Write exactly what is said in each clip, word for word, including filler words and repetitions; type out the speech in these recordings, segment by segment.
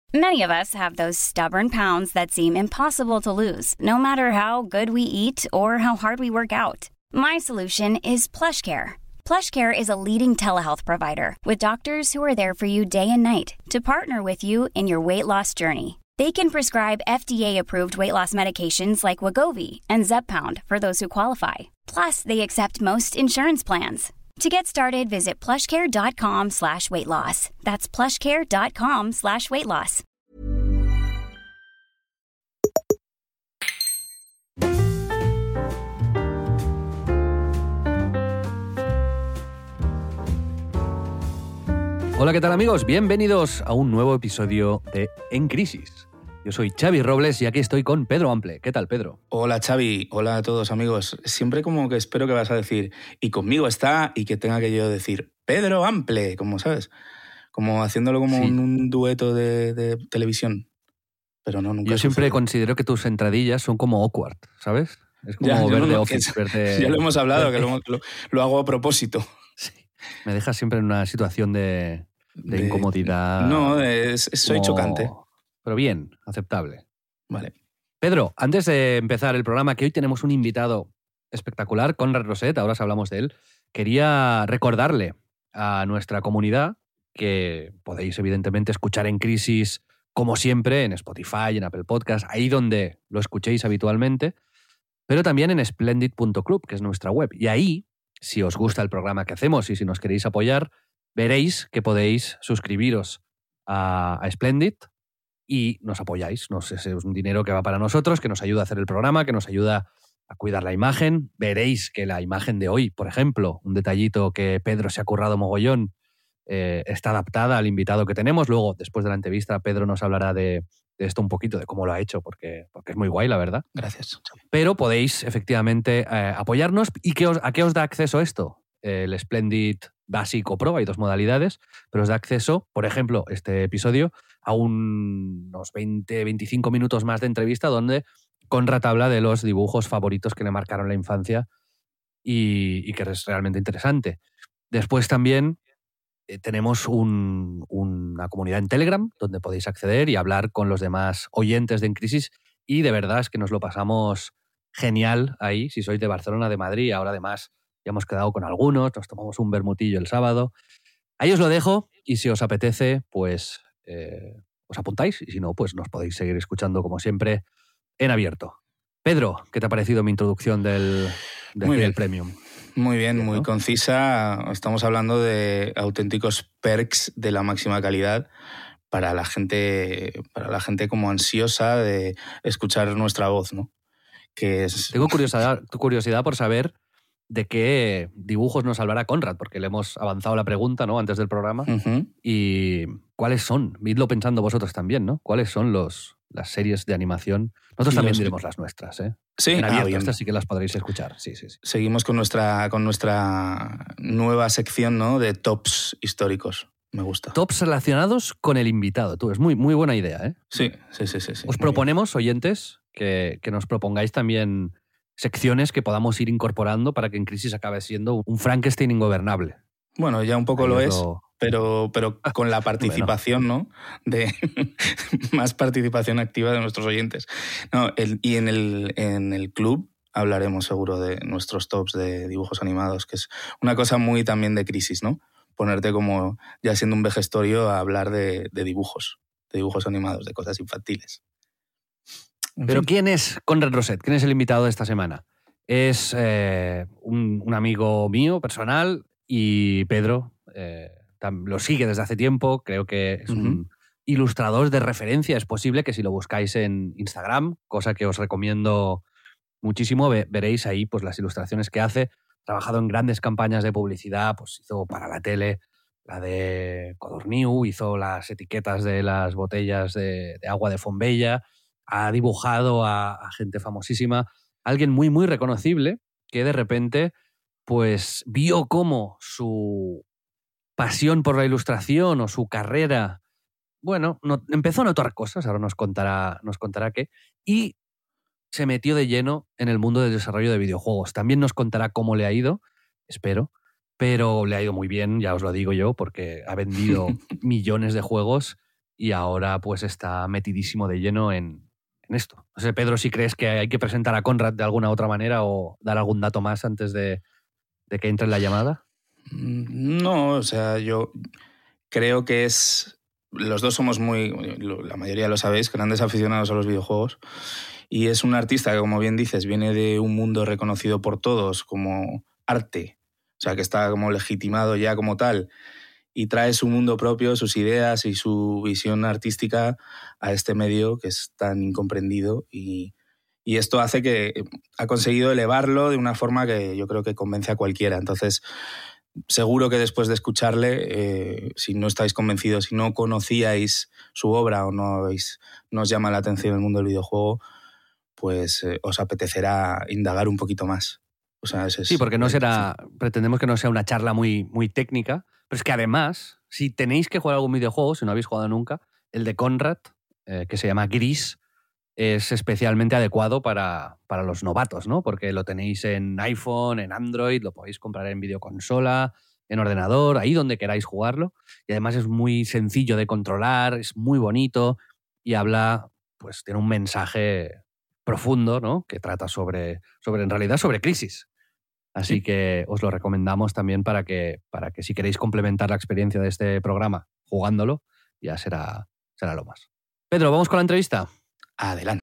Many of us have those stubborn pounds that seem impossible to lose, no matter how good we eat or how hard we work out. My solution is PlushCare. PlushCare is a leading telehealth provider with doctors who are there for you day and night to partner with you in your weight loss journey. They can prescribe F D A-approved weight loss medications like Wegovy and Zepbound for those who qualify. Plus, they accept most insurance plans. To get started, visit plushcare.com slash weight loss. That's plushcare.com slash weight loss. Hola, ¿qué tal amigos? Bienvenidos a un nuevo episodio de En Crisis. Yo soy Xavi Robles y aquí estoy con Pedro Ample. ¿Qué tal, Pedro? Hola, Xavi. Hola a todos, amigos. Siempre como que espero que vas a decir y conmigo está y que tenga que yo decir Pedro Ample, como sabes, como haciéndolo como sí. un, un dueto de, de televisión. Pero no, nunca Yo siempre sucede. Considero que tus entradillas son como awkward, ¿sabes? Es como ya, ver no, de no, Office. Que, verte, ya lo hemos hablado, verte. que lo, lo, lo hago a propósito. Sí. Me dejas siempre en una situación de, de, de incomodidad. No, es, es, soy como... chocante. Pero bien, aceptable. Vale. Pedro, antes de empezar el programa, que hoy tenemos un invitado espectacular, Conrad Roset, ahora os hablamos de él, quería recordarle a nuestra comunidad que podéis evidentemente escuchar En Crisis como siempre en Spotify, en Apple Podcast, ahí donde lo escuchéis habitualmente, pero también en splendid punto club, que es nuestra web. Y ahí, si os gusta el programa que hacemos y si nos queréis apoyar, veréis que podéis suscribiros a, a Splendid y nos apoyáis. Nos, es un dinero que va para nosotros, que nos ayuda a hacer el programa, que nos ayuda a cuidar la imagen. Veréis que la imagen de hoy, por ejemplo, un detallito que Pedro se ha currado mogollón, eh, está adaptada al invitado que tenemos. Luego, después de la entrevista, Pedro nos hablará de, de esto un poquito, de cómo lo ha hecho, porque, porque es muy guay, la verdad. Gracias. Pero podéis, efectivamente, eh, apoyarnos. ¿Y qué os, a qué os da acceso esto? El Splendid Básico Pro, hay dos modalidades, pero os da acceso, por ejemplo, este episodio, a un, unos veinte a veinticinco minutos más de entrevista donde Conrad habla de los dibujos favoritos que le marcaron la infancia y, y que es realmente interesante. Después también eh, tenemos un, una comunidad en Telegram donde podéis acceder y hablar con los demás oyentes de En Crisis y de verdad es que nos lo pasamos genial ahí. Si sois de Barcelona, de Madrid, ahora además ya hemos quedado con algunos, nos tomamos un vermutillo el sábado. Ahí os lo dejo y si os apetece, pues eh, os apuntáis y si no, pues nos podéis seguir escuchando como siempre en abierto. Pedro, ¿qué te ha parecido mi introducción del, de muy del Premium? Muy bien, bien muy ¿no? concisa. Estamos hablando de auténticos perks de la máxima calidad para la gente, para la gente como ansiosa de escuchar nuestra voz, ¿no? Que es... Tengo curiosidad, curiosidad por saber de qué dibujos nos hablará Conrad, porque le hemos avanzado la pregunta, ¿no?, antes del programa. Uh-huh. Y ¿cuáles son? Idlo pensando vosotros también, ¿no? ¿Cuáles son los, las series de animación? Nosotros también los... diremos las nuestras, ¿eh? Sí, en abierto, ah, estas sí que las podréis escuchar. Sí, sí, sí. Seguimos con nuestra, con nuestra nueva sección, ¿no?, de tops históricos. Me gusta. Tops relacionados con el invitado. Tú, es muy, muy buena idea, ¿eh? Sí, sí, sí. sí, sí Os proponemos, bien. oyentes, que, que nos propongáis también secciones que podamos ir incorporando para que En Crisis acabe siendo un Frankenstein ingobernable. Bueno, ya un poco Ahí lo es, es, lo... pero, pero con la participación, bueno. ¿no? De más participación activa de nuestros oyentes. No, el, y en el, en el club hablaremos seguro de nuestros tops de dibujos animados, que es una cosa muy también de Crisis, ¿no? Ponerte como, ya siendo un vejestorio, a hablar de, de dibujos, de dibujos animados, de cosas infantiles. En Pero fin. ¿Quién es Conrad Roset? ¿Quién es el invitado de esta semana? Es eh, un, un amigo mío, personal, y Pedro eh, lo sigue desde hace tiempo. Creo que es uh-huh. un ilustrador de referencia. Es posible que si lo buscáis en Instagram, cosa que os recomiendo muchísimo, ve, veréis ahí pues, las ilustraciones que hace. Ha trabajado en grandes campañas de publicidad, pues hizo para la tele la de Codorniu, hizo las etiquetas de las botellas de, de agua de Fonbella, ha dibujado a, a gente famosísima, alguien muy, muy reconocible que de repente pues vio cómo su pasión por la ilustración o su carrera, bueno, no, empezó a notar cosas, ahora nos contará, nos contará qué, y se metió de lleno en el mundo del desarrollo de videojuegos. También nos contará cómo le ha ido, espero, pero le ha ido muy bien, ya os lo digo yo, porque ha vendido millones de juegos y ahora pues está metidísimo de lleno en, en esto. No sé, Pedro, si crees que hay que presentar a Conrad de alguna otra manera o dar algún dato más antes de, de que entre en la llamada. No, o sea, yo creo que es... Los dos somos muy, la mayoría lo sabéis, grandes aficionados a los videojuegos. Y es un artista que, como bien dices, viene de un mundo reconocido por todos como arte. O sea, que está como legitimado ya como tal. Y trae su mundo propio, sus ideas y su visión artística a este medio que es tan incomprendido. Y, y esto hace que ha conseguido elevarlo de una forma que yo creo que convence a cualquiera. Entonces... Seguro que después de escucharle, eh, si no estáis convencidos, si no conocíais su obra o no, habéis, no os llama la atención el mundo del videojuego, pues eh, os apetecerá indagar un poquito más. O sea, ese es, sí, porque no eh, será, sí. pretendemos que no sea una charla muy, muy técnica, pero es que además, si tenéis que jugar algún videojuego, si no habéis jugado nunca, el de Conrad, eh, que se llama Gris, es especialmente adecuado para, para los novatos, ¿no? Porque lo tenéis en iPhone, en Android, lo podéis comprar en videoconsola, en ordenador, ahí donde queráis jugarlo. Y además es muy sencillo de controlar, es muy bonito y habla, pues tiene un mensaje profundo, ¿no? Que trata sobre, sobre en realidad, sobre crisis. Así sí. que os lo recomendamos también para que, para que si queréis complementar la experiencia de este programa jugándolo, ya será, será lo más. Pedro, ¿vamos con la entrevista? Adelante.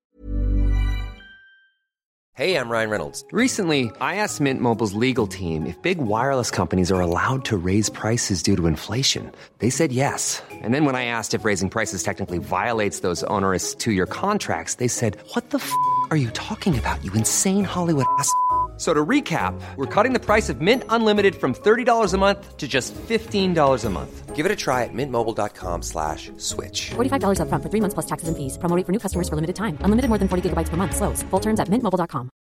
Hey, I'm Ryan Reynolds. Recently, I asked Mint Mobile's legal team if big wireless companies are allowed to raise prices due to inflation. They said yes. And then when I asked if raising prices technically violates those onerous two-year contracts, they said, what the f*** are you talking about, you insane Hollywood ass f- So to recap, we're cutting the price of Mint Unlimited from thirty dollars a month to just fifteen dollars a month. Give it a try at mintmobile.com slash switch. forty-five dollars up front for three months plus taxes and fees. Promo rate for new customers for limited time. Unlimited more than forty gigabytes per month. Slows full terms at mint mobile dot com.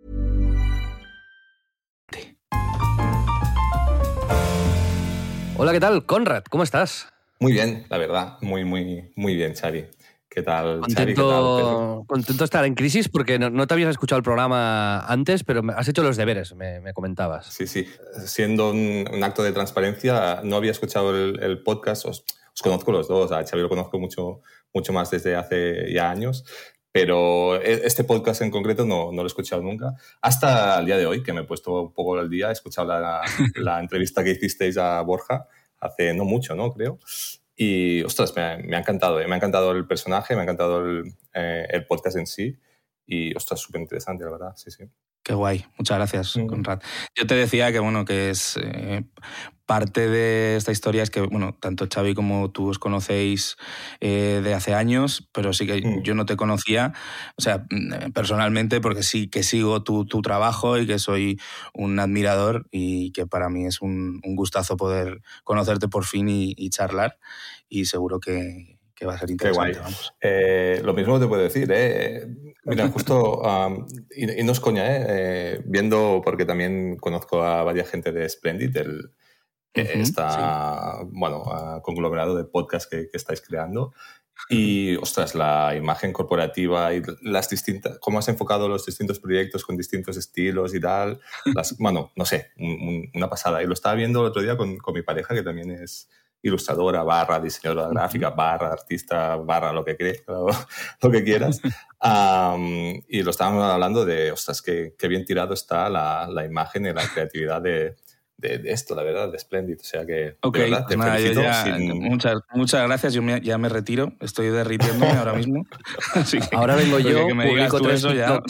Hola, ¿qué tal? Conrad, ¿cómo estás? Muy bien, la verdad. Muy, muy, muy bien, Xavi. ¿Qué tal, contento, Xavi? ¿Qué tal, Pedro? Contento de estar en Crisis porque no, no te habías escuchado el programa antes, pero has hecho los deberes, me, me comentabas. Sí, sí. Siendo un, un acto de transparencia, no había escuchado el, el podcast. Os, os conozco los dos. A Xavi lo conozco mucho, mucho más desde hace ya años. Pero este podcast en concreto no, no lo he escuchado nunca. Hasta el día de hoy, que me he puesto un poco al día, he escuchado la, la entrevista que hicisteis a Borja hace no mucho, ¿no? Creo. Y, ostras, me ha, me ha encantado. ¿eh? Me ha encantado el personaje, me ha encantado el, eh, el podcast en sí. Y, ostras, súper interesante, la verdad. Sí, sí. Qué guay. Muchas gracias, mm. Conrad. Yo te decía que, bueno, que es... Eh, parte de esta historia es que, bueno, tanto Xavi como tú os conocéis eh, de hace años, pero sí que mm. yo no te conocía, o sea, personalmente, porque sí que sigo tu, tu trabajo y que soy un admirador y que para mí es un, un gustazo poder conocerte por fin y, y charlar, y seguro que, que va a ser interesante. Qué guay. Vamos. Eh, lo mismo te puedo decir, ¿eh? Mira, justo, um, y, y no es coña, ¿eh? Eh, viendo, porque también conozco a varias gente de Splendid, el que uh-huh, está, sí. bueno, uh, conglomerado de podcast que, que estáis creando. Y, ostras, la imagen corporativa y las distintas, cómo has enfocado los distintos proyectos con distintos estilos y tal. Las, bueno, no sé, un, un, una pasada. Y lo estaba viendo el otro día con, con mi pareja, que también es ilustradora, barra diseñadora gráfica, barra artista, barra lo que, crees, lo, lo que quieras. Um, y lo estábamos hablando de, ostras, qué, qué bien tirado está la, la imagen y la creatividad de... De, de esto, la verdad, de Splendid. O sea que, okay, de verdad, te nada, felicito. Ya, sin... muchas, muchas gracias. Yo me, ya me retiro. Estoy derritiéndome ahora mismo. Así que, ahora vengo yo, que me publico tres eso ya...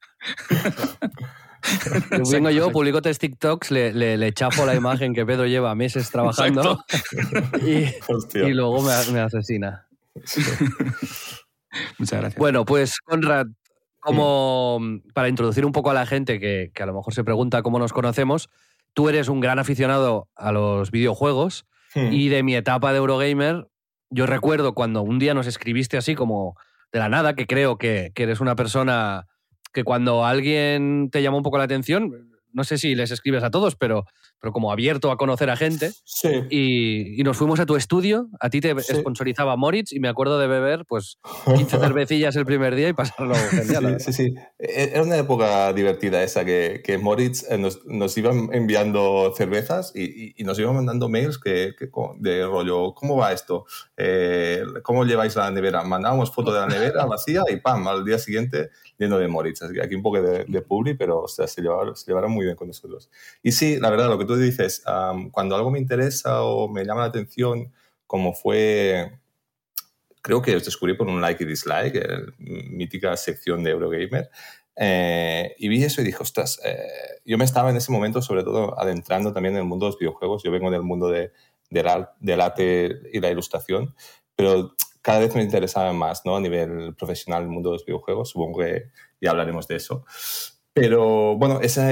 Yo vengo yo, publico tres TikToks, le, le, le chafo la imagen que Pedro lleva meses trabajando y, y luego me, me asesina. Muchas gracias. Bueno, pues, Conrad, como para introducir un poco a la gente que, que a lo mejor se pregunta cómo nos conocemos, tú eres un gran aficionado a los videojuegos hmm. y de mi etapa de Eurogamer, yo recuerdo cuando un día nos escribiste así como de la nada, que creo que, que eres una persona que cuando alguien te llama un poco la atención, no sé si les escribes a todos, pero, pero como abierto a conocer a gente. Sí. Y, y nos fuimos a tu estudio, a ti te sí. sponsorizaba Moritz y me acuerdo de beber pues quince cervecillas el primer día y pasarlo genial. Sí, sí, sí. Era una época divertida esa, que, que Moritz nos, nos iban enviando cervezas y, y, y nos iban mandando mails que, que, de rollo, ¿cómo va esto? Eh, ¿Cómo lleváis la nevera? Mandábamos foto de la nevera vacía y ¡pam! Al día siguiente lleno de Moritz. Así que aquí un poco de, de publi, pero o sea, se, llevaron, se llevaron muy bien con nosotros. Y sí, la verdad, lo que tú dices, um, cuando algo me interesa o me llama la atención, como fue... Creo que os descubrí por un like y dislike, la mítica sección de Eurogamer, eh, y vi eso y dije, ostras, eh, yo me estaba en ese momento sobre todo adentrando también en el mundo de los videojuegos. Yo vengo del mundo de, de la, del arte y la ilustración, pero cada vez me interesaba más, ¿no? A nivel profesional el mundo de los videojuegos. Supongo que ya hablaremos de eso. Pero bueno, esa,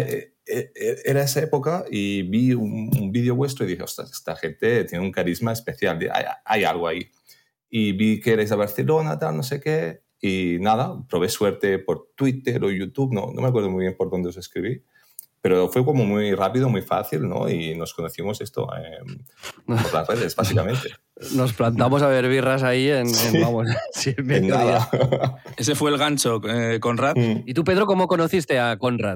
era esa época y vi un, un vídeo vuestro y dije, ostras, esta gente tiene un carisma especial, hay, hay algo ahí. Y vi que erais de Barcelona, tal, no sé qué, y nada, probé suerte por Twitter o YouTube, no, no me acuerdo muy bien por dónde os escribí, pero fue como muy rápido, muy fácil, ¿no? Y nos conocimos esto eh, por las redes, básicamente. Nos plantamos a ver birras ahí en, sí. en vamos, sí, en en nada. Ese fue el gancho, eh, Conrad. Mm. ¿Y tú, Pedro, cómo conociste a Conrad?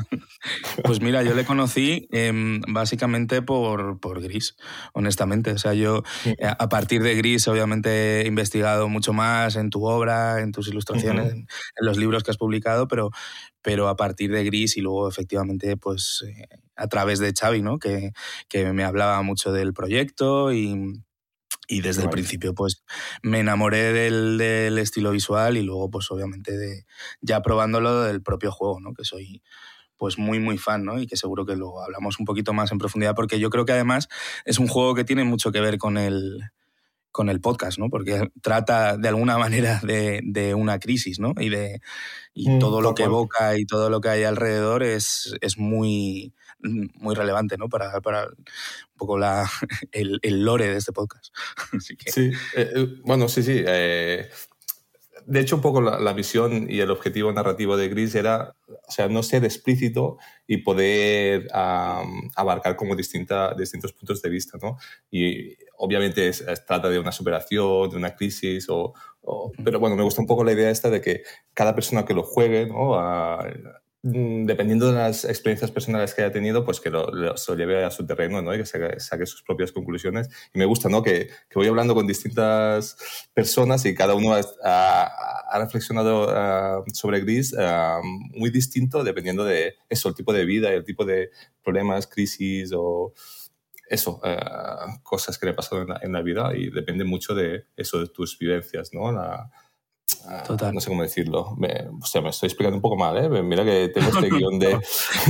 Pues mira, yo le conocí eh, básicamente por, por Gris, honestamente. O sea, yo sí. a partir de Gris obviamente he investigado mucho más en tu obra, en tus ilustraciones, uh-huh. en, en los libros que has publicado, pero, pero a partir de Gris y luego efectivamente pues eh, a través de Xavi, ¿no? Que, que me hablaba mucho del proyecto y... Y desde el principio, pues, me enamoré del, del estilo visual y luego, pues, obviamente, de, ya probándolo del propio juego, ¿no? Que soy, pues, muy, muy fan, ¿no? Y que seguro que luego hablamos un poquito más en profundidad, porque yo creo que, además, es un juego que tiene mucho que ver con el, con el podcast, ¿no? Porque trata, de alguna manera, de, de una crisis, ¿no? Y, de, y mm, todo lo que evoca y todo lo que hay alrededor es, es muy... muy relevante, ¿no? Para, para un poco la, el, el lore de este podcast. Así que... Sí, eh, bueno, sí, sí. Eh, de hecho, un poco la, la visión y el objetivo narrativo de Gris era, o sea, no ser explícito y poder um, abarcar como distinta, distintos puntos de vista, ¿no? Y obviamente es, es, trata de una superación, de una crisis, o, o, pero bueno, me gusta un poco la idea esta de que cada persona que lo juegue, ¿no? A, dependiendo de las experiencias personales que haya tenido, pues que lo, lo, se lo lleve a su terreno, ¿no? Y que saque, saque sus propias conclusiones. Y me gusta, ¿no? Que, que voy hablando con distintas personas y cada uno ha, ha, ha reflexionado uh, sobre Gris uh, muy distinto dependiendo de eso, el tipo de vida y el tipo de problemas, crisis o eso, uh, cosas que le pasaron en la, en la vida, y depende mucho de eso, de tus vivencias, ¿no? La, Total. Uh, no sé cómo decirlo. Me, o sea, me estoy explicando un poco mal, ¿eh? Mira que tengo este guión de...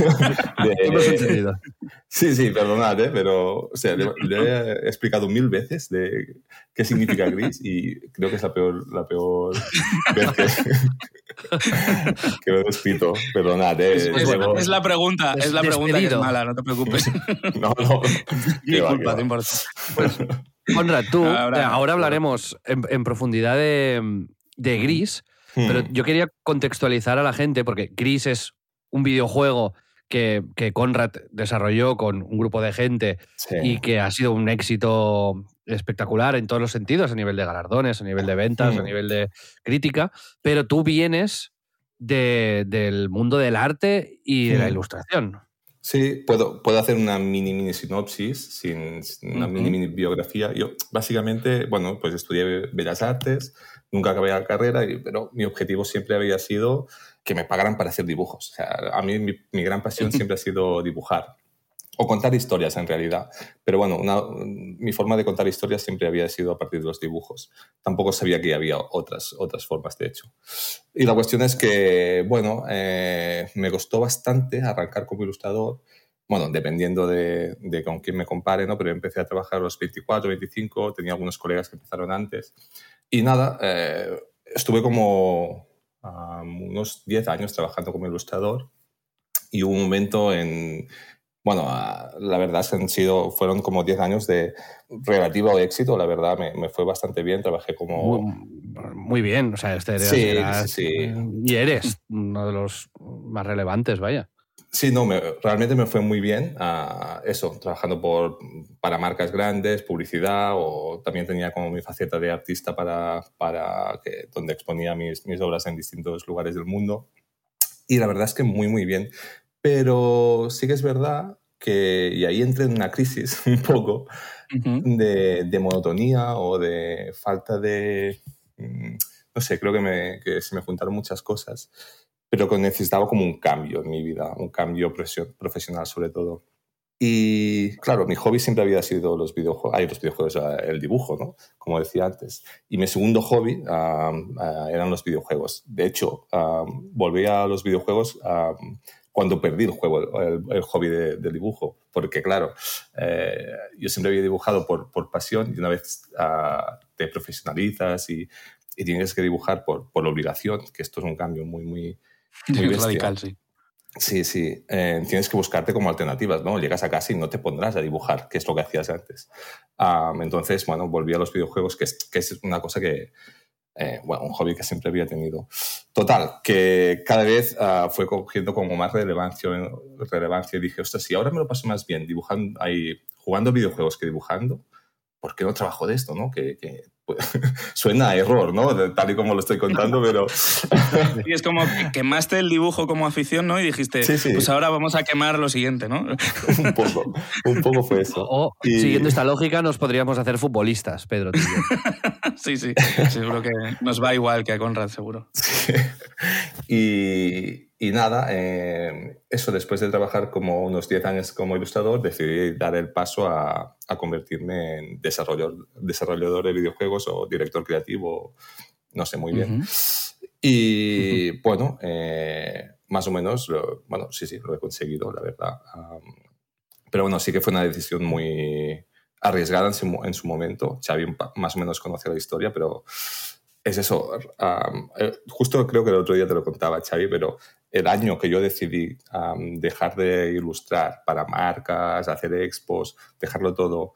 de Hemos entendido. Sí, sí, perdonad, ¿eh? Pero o sea, le, le he explicado mil veces de qué significa Gris y creo que es la peor, la peor vez que, que lo he escrito. Perdonad, ¿eh? Es, es, Luego... es la pregunta, es, es la pregunta que es mala, no te preocupes. No, no. Disculpa, te importa. Pues, Conrad, tú, ahora, ahora hablaremos en, en profundidad de... de Gris, hmm. pero yo quería contextualizar a la gente porque Gris es un videojuego que, que Conrad desarrolló con un grupo de gente sí. y que ha sido un éxito espectacular en todos los sentidos, a nivel de galardones, a nivel de ventas, hmm. a nivel de crítica, pero tú vienes de, del mundo del arte y de hmm. la ilustración. Sí, puedo, puedo hacer una mini, mini sinopsis, sin, sin una uh-huh. mini, mini biografía. Yo, básicamente, bueno, pues estudié Bellas Artes, nunca acabé la carrera, pero mi objetivo siempre había sido que me pagaran para hacer dibujos. O sea, a mí mi, mi gran pasión siempre ha sido dibujar, o contar historias en realidad. Pero bueno, una, mi forma de contar historias siempre había sido a partir de los dibujos. Tampoco sabía que había otras, otras formas, de hecho. Y la cuestión es que, bueno, eh, me costó bastante arrancar como ilustrador. Bueno, dependiendo de, de con quién me compare, ¿no? Pero empecé a trabajar a los veinticuatro, veinticinco, tenía algunos colegas que empezaron antes. Y nada, eh, estuve como um, unos diez años trabajando como ilustrador y hubo un momento en... Bueno, la verdad es que han sido, fueron como diez años de relativo éxito, la verdad me, me fue bastante bien, trabajé como... Muy, muy bien, o sea, este eras, sí, eras, sí, sí. Y eres uno de los más relevantes, vaya. Sí, no, me, realmente me fue muy bien uh, eso, trabajando por, para marcas grandes, publicidad, o también tenía como mi faceta de artista para, para que, donde exponía mis, mis obras en distintos lugares del mundo. Y la verdad es que muy, muy bien. Pero sí que es verdad que, y ahí entré en una crisis un poco, uh-huh. de, de monotonía o de falta de... No sé, creo que, me, que se me juntaron muchas cosas, pero que necesitaba como un cambio en mi vida, un cambio profesional sobre todo. Y claro, mi hobby siempre había sido los videojuegos, ay, los videojuegos, el dibujo, ¿no? Como decía antes. Y mi segundo hobby um, uh, eran los videojuegos. De hecho, um, volví a los videojuegos um, cuando perdí el juego, el, el hobby de, de dibujo. Porque claro, eh, yo siempre había dibujado por, por pasión, y una vez uh, te profesionalizas y, y tienes que dibujar por, por obligación, que esto es un cambio muy, muy... Muy bestia. Radical, sí. Sí, sí. Eh, tienes que buscarte como alternativas, ¿no? Llegas a casa y no te pondrás a dibujar, que es lo que hacías antes. Um, entonces, bueno, volví a los videojuegos, que es, que es una cosa que... Eh, bueno, un hobby que siempre había tenido. Total, que cada vez uh, fue cogiendo como más relevancia, relevancia y dije, ostras, si ahora me lo paso más bien dibujando, ahí, jugando videojuegos que dibujando, ¿por qué no trabajo de esto, no? Que... que suena a error, ¿no? Tal y como lo estoy contando, pero... Y es como que quemaste el dibujo como afición, ¿no? Y dijiste, sí, sí. Pues ahora vamos a quemar lo siguiente, ¿no? Un poco, un poco fue eso. O, y... siguiendo esta lógica, nos podríamos hacer futbolistas, Pedro. Sí, sí, seguro que nos va igual que a Conrad, seguro. Sí. Y, y nada, eh, eso, después de trabajar como unos diez años como ilustrador, decidí dar el paso a, a convertirme en desarrollador, desarrollador de videojuegos o director creativo, no sé muy bien. Uh-huh. Y uh-huh. bueno, eh, más o menos, lo, bueno, sí, sí, lo he conseguido, la verdad. Um, pero bueno, sí que fue una decisión muy arriesgada en su, en su momento. Xavi más o menos conoce la historia, pero es eso. Um, justo creo que el otro día te lo contaba, Xavi, pero el año que yo decidí um, dejar de ilustrar para marcas, hacer expos, dejarlo todo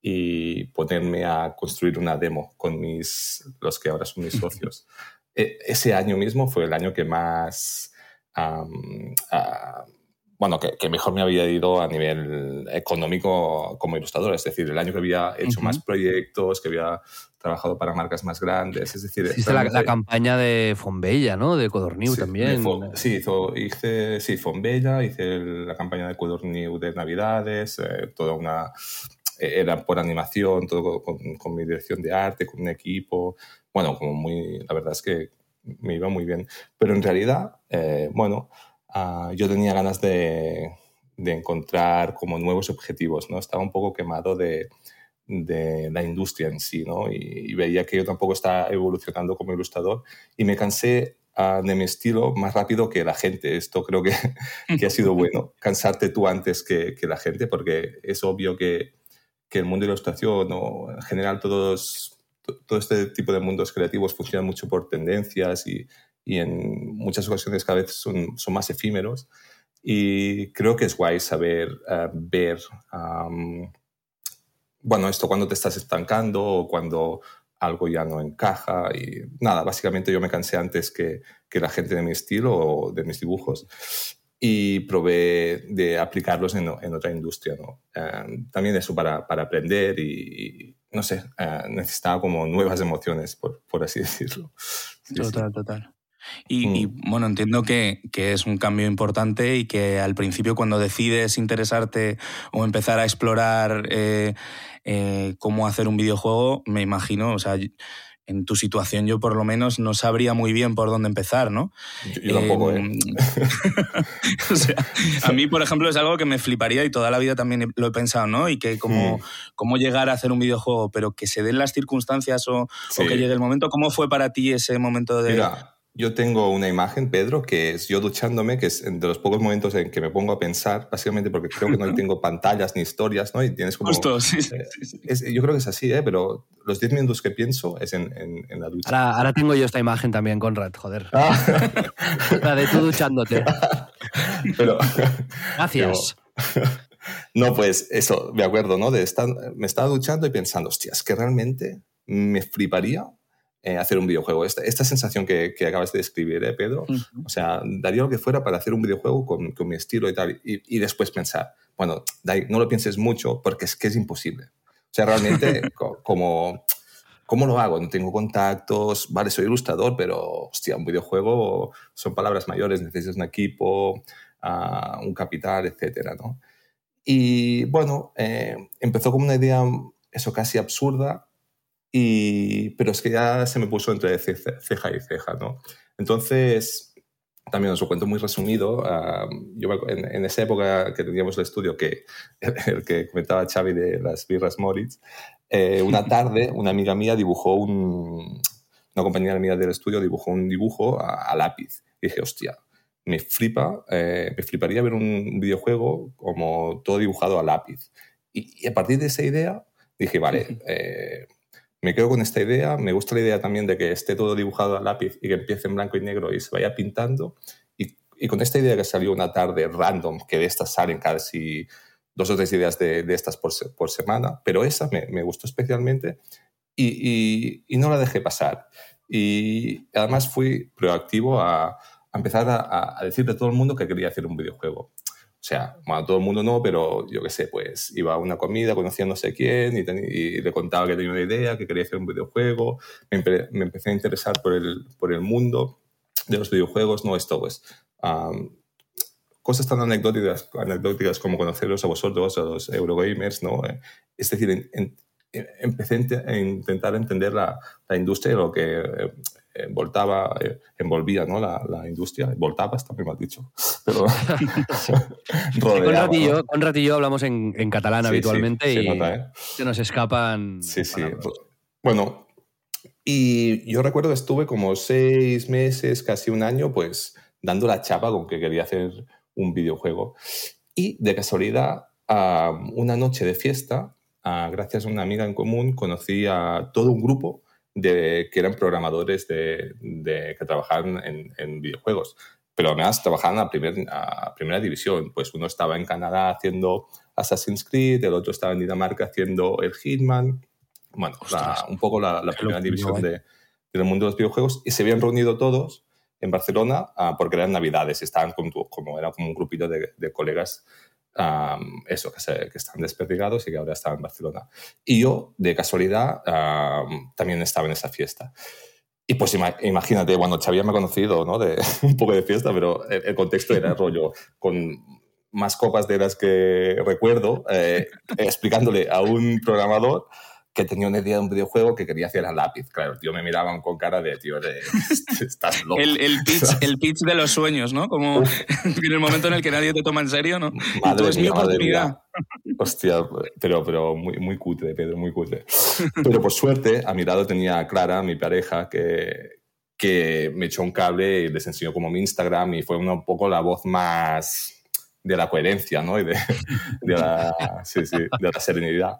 y ponerme a construir una demo con mis, los que ahora son mis socios. Ese año mismo fue el año que más... Um, uh, bueno, que, que mejor me había ido a nivel económico como ilustrador. Es decir, el año que había hecho uh-huh. más proyectos, que había trabajado para marcas más grandes. Es decir, hiciste la, la campaña de Fonbella, ¿no? De Codorniu sí, también. Fo, sí, hizo, hice sí, Fonbella, hice el, la campaña de Codorniu de Navidades, eh, toda una... Era por animación, todo con, con mi dirección de arte, con un equipo. Bueno, como muy... La verdad es que me iba muy bien. Pero en realidad, eh, bueno... Uh, yo tenía ganas de, de encontrar como nuevos objetivos, ¿no? Estaba un poco quemado de, de la industria en sí, ¿no? Y, y veía que yo tampoco estaba evolucionando como ilustrador y me cansé uh, de mi estilo más rápido que la gente. Esto creo que, que ha sido bueno, cansarte tú antes que, que la gente, porque es obvio que, que el mundo de la ilustración o en general todos, todo este tipo de mundos creativos funcionan mucho por tendencias y y en muchas ocasiones cada vez son, son más efímeros y creo que es guay saber uh, ver um, bueno, esto cuando te estás estancando o cuando algo ya no encaja y nada, básicamente yo me cansé antes que, que la gente de mi estilo o de mis dibujos y probé de aplicarlos en, en otra industria, ¿no? Uh, también eso para, para aprender y, y no sé, uh, necesitaba como nuevas emociones, por, por así decirlo. Sí, total, sí. total. Y, mm. y bueno, entiendo que, que es un cambio importante y que al principio cuando decides interesarte o empezar a explorar eh, eh, cómo hacer un videojuego, me imagino, o sea, en tu situación yo por lo menos no sabría muy bien por dónde empezar, ¿no? Yo, yo tampoco, ¿eh? O sea, a mí, por ejemplo, es algo que me fliparía y toda la vida también lo he pensado, ¿no? Y que cómo, mm. cómo llegar a hacer un videojuego, pero que se den las circunstancias o, sí. o que llegue el momento. ¿Cómo fue para ti ese momento de...? Mira, yo tengo una imagen, Pedro, que es yo duchándome, que es de los pocos momentos en que me pongo a pensar, básicamente porque creo que no tengo pantallas ni historias, ¿no? Y tienes como... Justo, sí, sí, eh, sí, sí. Es, yo creo que es así, ¿eh? Pero los diez minutos que pienso es en, en, en la ducha. Ahora, ahora tengo yo esta imagen también, Conrad, joder. Ah. La de tú duchándote. Pero... Gracias. Pero, no, pues eso, me acuerdo, ¿no? De estar, me estaba duchando y pensando, hostia, es que realmente me fliparía eh, hacer un videojuego. Esta, esta sensación que, que acabas de describir, ¿eh, Pedro? Uh-huh. O sea, daría lo que fuera para hacer un videojuego con, con mi estilo y tal. Y, y después pensar, bueno, Dai, no lo pienses mucho porque es que es imposible. O sea, realmente, como... ¿Cómo lo hago? No tengo contactos, vale, soy ilustrador, pero, hostia, un videojuego son palabras mayores, necesitas un equipo, uh, un capital, etcétera, ¿no? Y, bueno, eh, empezó como una idea, eso, casi absurda, y, pero es que ya se me puso entre ceja y ceja, ¿no? Entonces, también os lo cuento muy resumido. Uh, yo en, en esa época que teníamos el estudio, que, el que comentaba Xavi de las birras Moritz, Eh, una tarde una amiga mía dibujó un... Una compañera mía del estudio dibujó un dibujo a, a lápiz. Y dije, hostia, me flipa, eh, me fliparía ver un videojuego como todo dibujado a lápiz. Y, y a partir de esa idea dije, vale, eh, me quedo con esta idea. Me gusta la idea también de que esté todo dibujado a lápiz y que empiece en blanco y negro y se vaya pintando. Y, y con esta idea que salió una tarde random, que de estas salen casi... dos o tres ideas de, de estas por, por semana, pero esa me, me gustó especialmente y, y, y no la dejé pasar. Y además fui proactivo a, a empezar a, a decirle a todo el mundo que quería hacer un videojuego. O sea, bueno, todo el mundo no, pero yo qué sé, pues iba a una comida, conocía a no sé quién y, ten, y le contaba que tenía una idea, que quería hacer un videojuego. Me, empe, me empecé a interesar por el, por el mundo de los videojuegos, no esto, pues... Um, cosas tan anecdóticas, anecdóticas como conoceros a vosotros, a los Eurogamers, ¿no? Es decir, en, en, empecé a intentar entender la, la industria y lo que envoltaba, envolvía, ¿no? la, la industria. Voltaba, está muy mal dicho. Pero rodeaba, con, Ratillo, ¿no? con Ratillo hablamos en, en catalán sí, habitualmente sí, y se, nota, ¿eh? Se nos escapan Sí, sí. Palabras. Bueno, y yo recuerdo que estuve como seis meses, casi un año, pues dando la chapa con que quería hacer un videojuego. Y de casualidad, uh, una noche de fiesta, uh, gracias a una amiga en común, conocí a todo un grupo de, que eran programadores de, de, que trabajaban en, en videojuegos. Pero además trabajaban a, primer, a primera división. Pues uno estaba en Canadá haciendo Assassin's Creed, el otro estaba en Dinamarca haciendo el Hitman. Bueno, la, un poco la, la primera división de, del mundo de los videojuegos. Y se habían reunido todos en Barcelona uh, porque eran Navidades, estaban como, como, era como un grupito de, de colegas um, eso, que, se, que están desperdigados y que ahora estaban en Barcelona. Y yo, de casualidad, uh, también estaba en esa fiesta. Y pues imagínate, bueno, Xavier me ha conocido, ¿no? De un poco de fiesta, pero el, el contexto era rollo con más copas de las que recuerdo, eh, explicándole a un programador que tenía una idea de un videojuego que quería hacer a lápiz. Claro, el tío me miraba con cara de, tío, de, estás loco. El, el, pitch, el pitch de los sueños, ¿no? Como Uf. En el momento en el que nadie te toma en serio, ¿no? Madre es mía, mi oportunidad. Hostia, pero, pero muy, muy cutre, Pedro, muy cutre. Pero por suerte, a mi lado tenía a Clara, mi pareja, que, que me echó un cable y les enseñó como mi Instagram y fue un poco la voz más de la coherencia, ¿no? Y de, de, la, sí, sí, de la serenidad.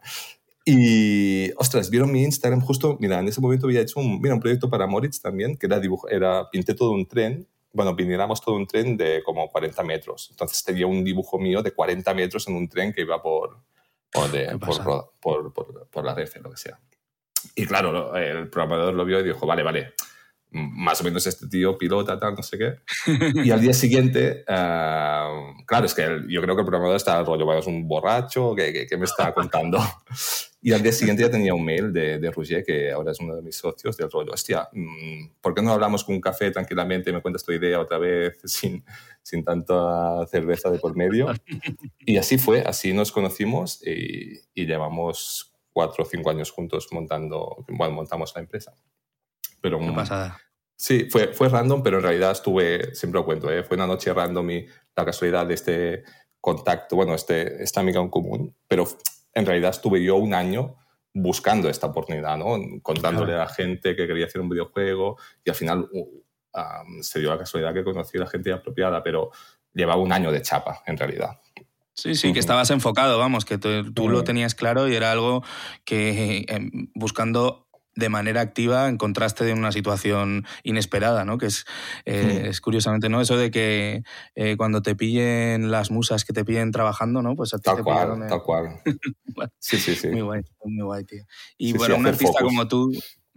Y, ostras, vieron mi Instagram justo, mira, en ese momento había hecho un, mira, un proyecto para Moritz también, que era, dibujo, era pinté todo un tren, bueno, pintáramos todo un tren de como cuarenta metros. Entonces tenía un dibujo mío de cuarenta metros en un tren que iba por, por, de, por, por, por, por la Renfe, lo que sea. Y claro, el programador lo vio y dijo, vale, vale, más o menos este tío pilota, tal, no sé qué. Y al día siguiente, uh, claro, es que el, yo creo que el programador estaba rollo, bueno, es un borracho, ¿qué, qué, qué me está contando? Y al día siguiente ya tenía un mail de, de Roger, que ahora es uno de mis socios, del rollo, hostia, ¿por qué no hablamos con un café tranquilamente y me cuentas tu idea otra vez sin, sin tanta cerveza de por medio? Y así fue, así nos conocimos y, y llevamos cuatro o cinco años juntos montando, bueno, montamos la empresa. Pero, Qué pasada. Sí, fue, fue random, pero en realidad estuve, siempre lo cuento, ¿eh? Fue una noche random y la casualidad de este contacto, bueno, este, esta amiga en común, pero en realidad estuve yo un año buscando esta oportunidad, ¿no? Contándole claro. a la gente que quería hacer un videojuego y al final uh, um, se dio la casualidad que conocí a la gente apropiada, pero llevaba un año de chapa, en realidad. Sí, sí, uh-huh. que estabas enfocado, vamos, que tú, tú uh-huh. lo tenías claro y era algo que eh, buscando de manera activa encontraste en una situación inesperada, ¿no? Que es, eh, es curiosamente, ¿no? Eso de que eh, cuando te pillen las musas que te pillen trabajando, ¿no? Pues a ti tal te cual, pillaron, tal cual. bueno, sí, sí, sí. Muy guay, muy guay, tío. Y sí, bueno, sí, un artista focus. como tú,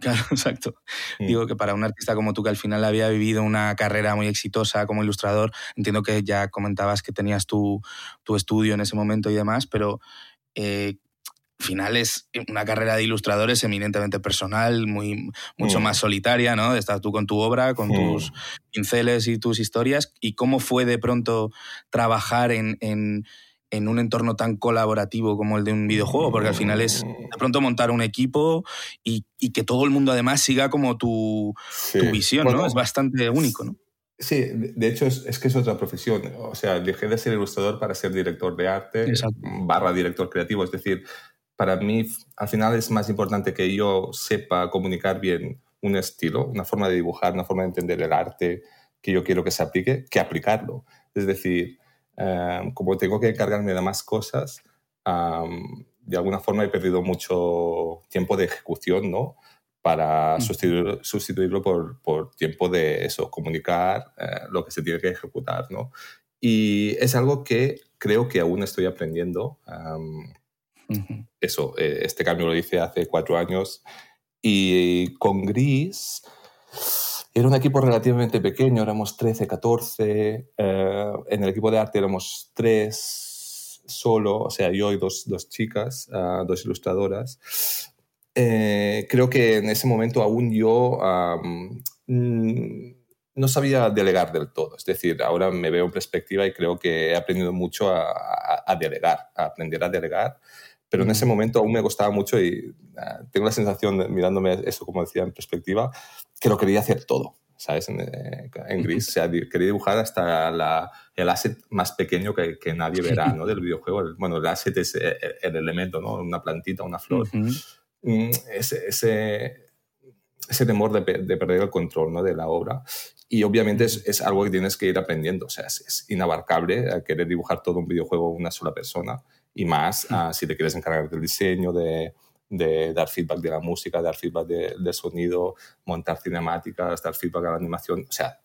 Claro, exacto. Mm. Digo que para un artista como tú, que al final había vivido una carrera muy exitosa como ilustrador, entiendo que ya comentabas que tenías tu, tu estudio en ese momento y demás, pero eh, al final es una carrera de ilustradores eminentemente personal, muy, mucho mm. más solitaria, ¿no? Estás tú con tu obra, con mm. tus pinceles y tus historias. ¿Y cómo fue de pronto trabajar en... en en un entorno tan colaborativo como el de un videojuego? Porque al final es de pronto montar un equipo y, y que todo el mundo además siga como tu, sí. tu visión, bueno, ¿no? Es bastante único, ¿no? Sí, de hecho es, es que es otra profesión. O sea, dejé de ser ilustrador para ser director de arte, Exacto. barra director creativo. Es decir, para mí al final es más importante que yo sepa comunicar bien un estilo, una forma de dibujar, una forma de entender el arte que yo quiero que se aplique, que aplicarlo. Es decir... Um, como tengo que encargarme de más cosas, um, de alguna forma he perdido mucho tiempo de ejecución, ¿no? Para sustituir, sustituirlo por, por tiempo de eso, comunicar uh, lo que se tiene que ejecutar, ¿no? Y es algo que creo que aún estoy aprendiendo. Um, uh-huh. Eso, este cambio lo hice hace cuatro años y con Gris... Era un equipo relativamente pequeño, éramos trece, catorce. Eh, en el equipo de arte éramos tres solo, o sea, yo y dos, dos chicas, uh, dos ilustradoras. Eh, creo que en ese momento aún yo um, no sabía delegar del todo. Es decir, ahora me veo en perspectiva y creo que he aprendido mucho a, a, a delegar, a aprender a delegar. Pero en ese momento aún me costaba mucho y uh, tengo la sensación, mirándome eso, como decía, en perspectiva, que lo quería hacer todo, ¿sabes? En, en Gris. O sea, quería dibujar hasta la, el asset más pequeño que, que nadie verá, ¿no? Del videojuego. Bueno, el asset es el, el elemento, ¿no? Una plantita, una flor. Uh-huh. Ese, ese, ese temor de, de perder el control, ¿no? De la obra. Y obviamente es, es algo que tienes que ir aprendiendo. O sea, es, es inabarcable querer dibujar todo un videojuego una sola persona. Y más uh, si te quieres encargar del diseño, de, de dar feedback de la música, dar feedback de, del sonido, montar cinemáticas, dar feedback a la animación. O sea,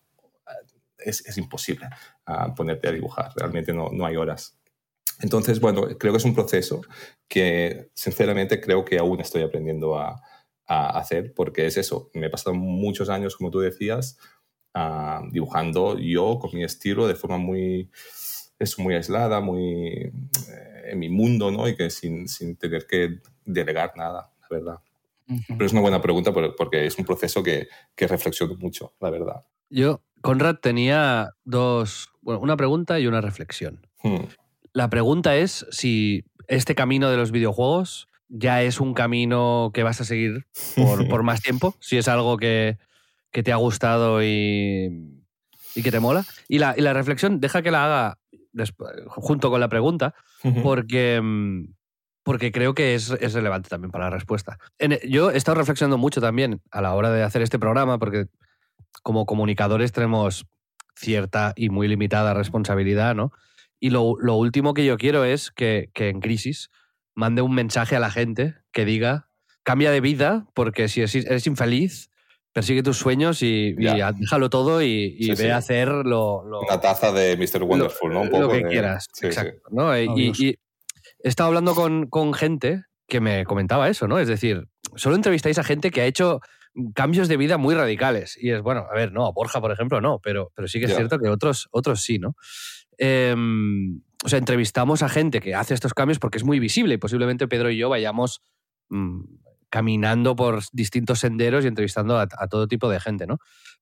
es, es imposible uh, ponerte a dibujar. Realmente no, no hay horas. Entonces, bueno, creo que es un proceso que, sinceramente, creo que aún estoy aprendiendo a, a hacer, porque es eso. Me he pasado muchos años, como tú decías, uh, dibujando yo con mi estilo de forma muy... es muy aislada, muy eh, en mi mundo, ¿no? Y que sin, sin tener que delegar nada, la verdad. Uh-huh. Pero es una buena pregunta porque es un proceso que, que reflexiono mucho, la verdad. Yo, Conrad, tenía dos... Bueno, una pregunta y una reflexión. Hmm. La pregunta es si este camino de los videojuegos ya es un camino que vas a seguir por, por más tiempo, si es algo que, que te ha gustado y, y que te mola. Y la, y la reflexión, deja que la haga después, junto con la pregunta, porque, porque creo que es, es relevante también para la respuesta. En, yo he estado reflexionando mucho también a la hora de hacer este programa, porque como comunicadores tenemos cierta y muy limitada responsabilidad, ¿no? Y lo, lo último que yo quiero es que, que en Crisis mande un mensaje a la gente que diga, cambia de vida, porque si eres infeliz, persigue tus sueños y, y déjalo todo y, y sí, ve sí. a hacer lo, lo... Una taza de mister Wonderful, lo, ¿no? Un poco lo que de... quieras, sí, exacto. Sí. ¿no? Oh, y, y he estado hablando con, con gente que me comentaba eso, ¿no? Es decir, solo entrevistáis a gente que ha hecho cambios de vida muy radicales. Y es, bueno, a ver, no, a Borja, por ejemplo, no, pero, pero sí que es yeah. cierto que otros, otros sí, ¿no? Eh, o sea, entrevistamos a gente que hace estos cambios porque es muy visible y posiblemente Pedro y yo vayamos mmm, caminando por distintos senderos y entrevistando a, a todo tipo de gente, ¿no?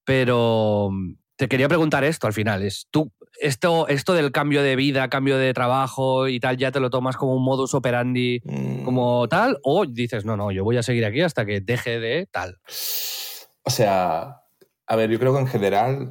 Pero te quería preguntar esto al final. ¿Es tú, esto, esto del cambio de vida, cambio de trabajo y tal, ya te lo tomas como un modus operandi mm. como tal? ¿O dices, no, no, yo voy a seguir aquí hasta que deje de tal? O sea, a ver, yo creo que en general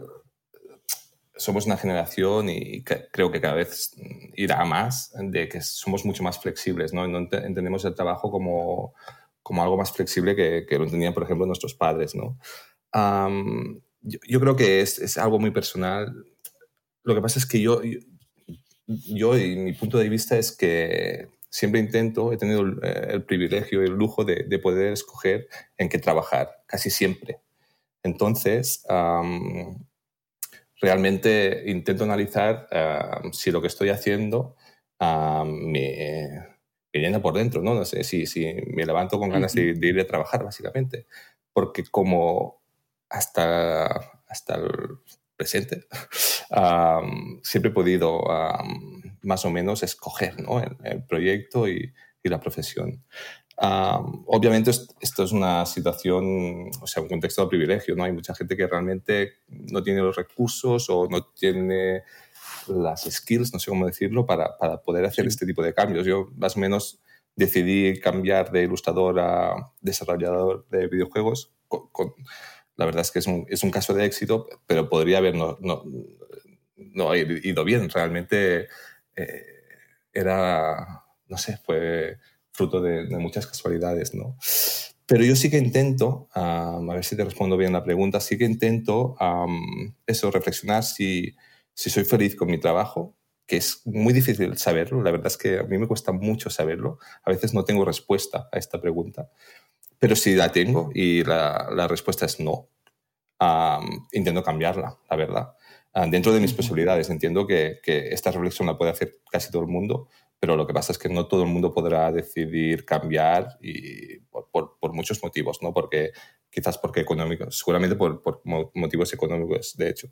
somos una generación y creo que cada vez irá más de que somos mucho más flexibles, ¿no? No entendemos el trabajo como, como algo más flexible que, que lo entendían, por ejemplo, nuestros padres, ¿no? Um, yo, yo creo que es, es algo muy personal. Lo que pasa es que yo, yo, yo, y mi punto de vista es que siempre intento, he tenido el, el privilegio y el lujo de, de poder escoger en qué trabajar, casi siempre. Entonces, um, realmente intento analizar uh, si lo que estoy haciendo uh, me, me llena por dentro, ¿no? No sé si, si me levanto con ganas de, de ir a trabajar, básicamente. porque como hasta, hasta el presente um, siempre he podido um, más o menos escoger, ¿no? el, el proyecto y, y la profesión. Um, obviamente esto es una situación, o sea, un contexto de privilegio, ¿no? Hay mucha gente que realmente no tiene los recursos o no tiene las skills, no sé cómo decirlo, para, para poder hacer sí. este tipo de cambios. Yo más o menos decidí cambiar de ilustrador a desarrollador de videojuegos. Con, con, la verdad es que es un, es un caso de éxito, pero podría haber no, no, no ido bien. Realmente eh, era, no sé, fue fruto de, de muchas casualidades, ¿no? Pero yo sí que intento, um, a ver si te respondo bien la pregunta, sí que intento um, eso, reflexionar si, si soy feliz con mi trabajo, que es muy difícil saberlo. La verdad es que a mí me cuesta mucho saberlo. A veces no tengo respuesta a esta pregunta. Pero si la tengo y la, la respuesta es no, um, intento cambiarla, la verdad. Uh, dentro de mis posibilidades. Entiendo que, que esta reflexión la puede hacer casi todo el mundo, pero lo que pasa es que no todo el mundo podrá decidir cambiar y por, por, por muchos motivos, ¿no? Porque, quizás porque económicos, seguramente por, por motivos económicos, de hecho.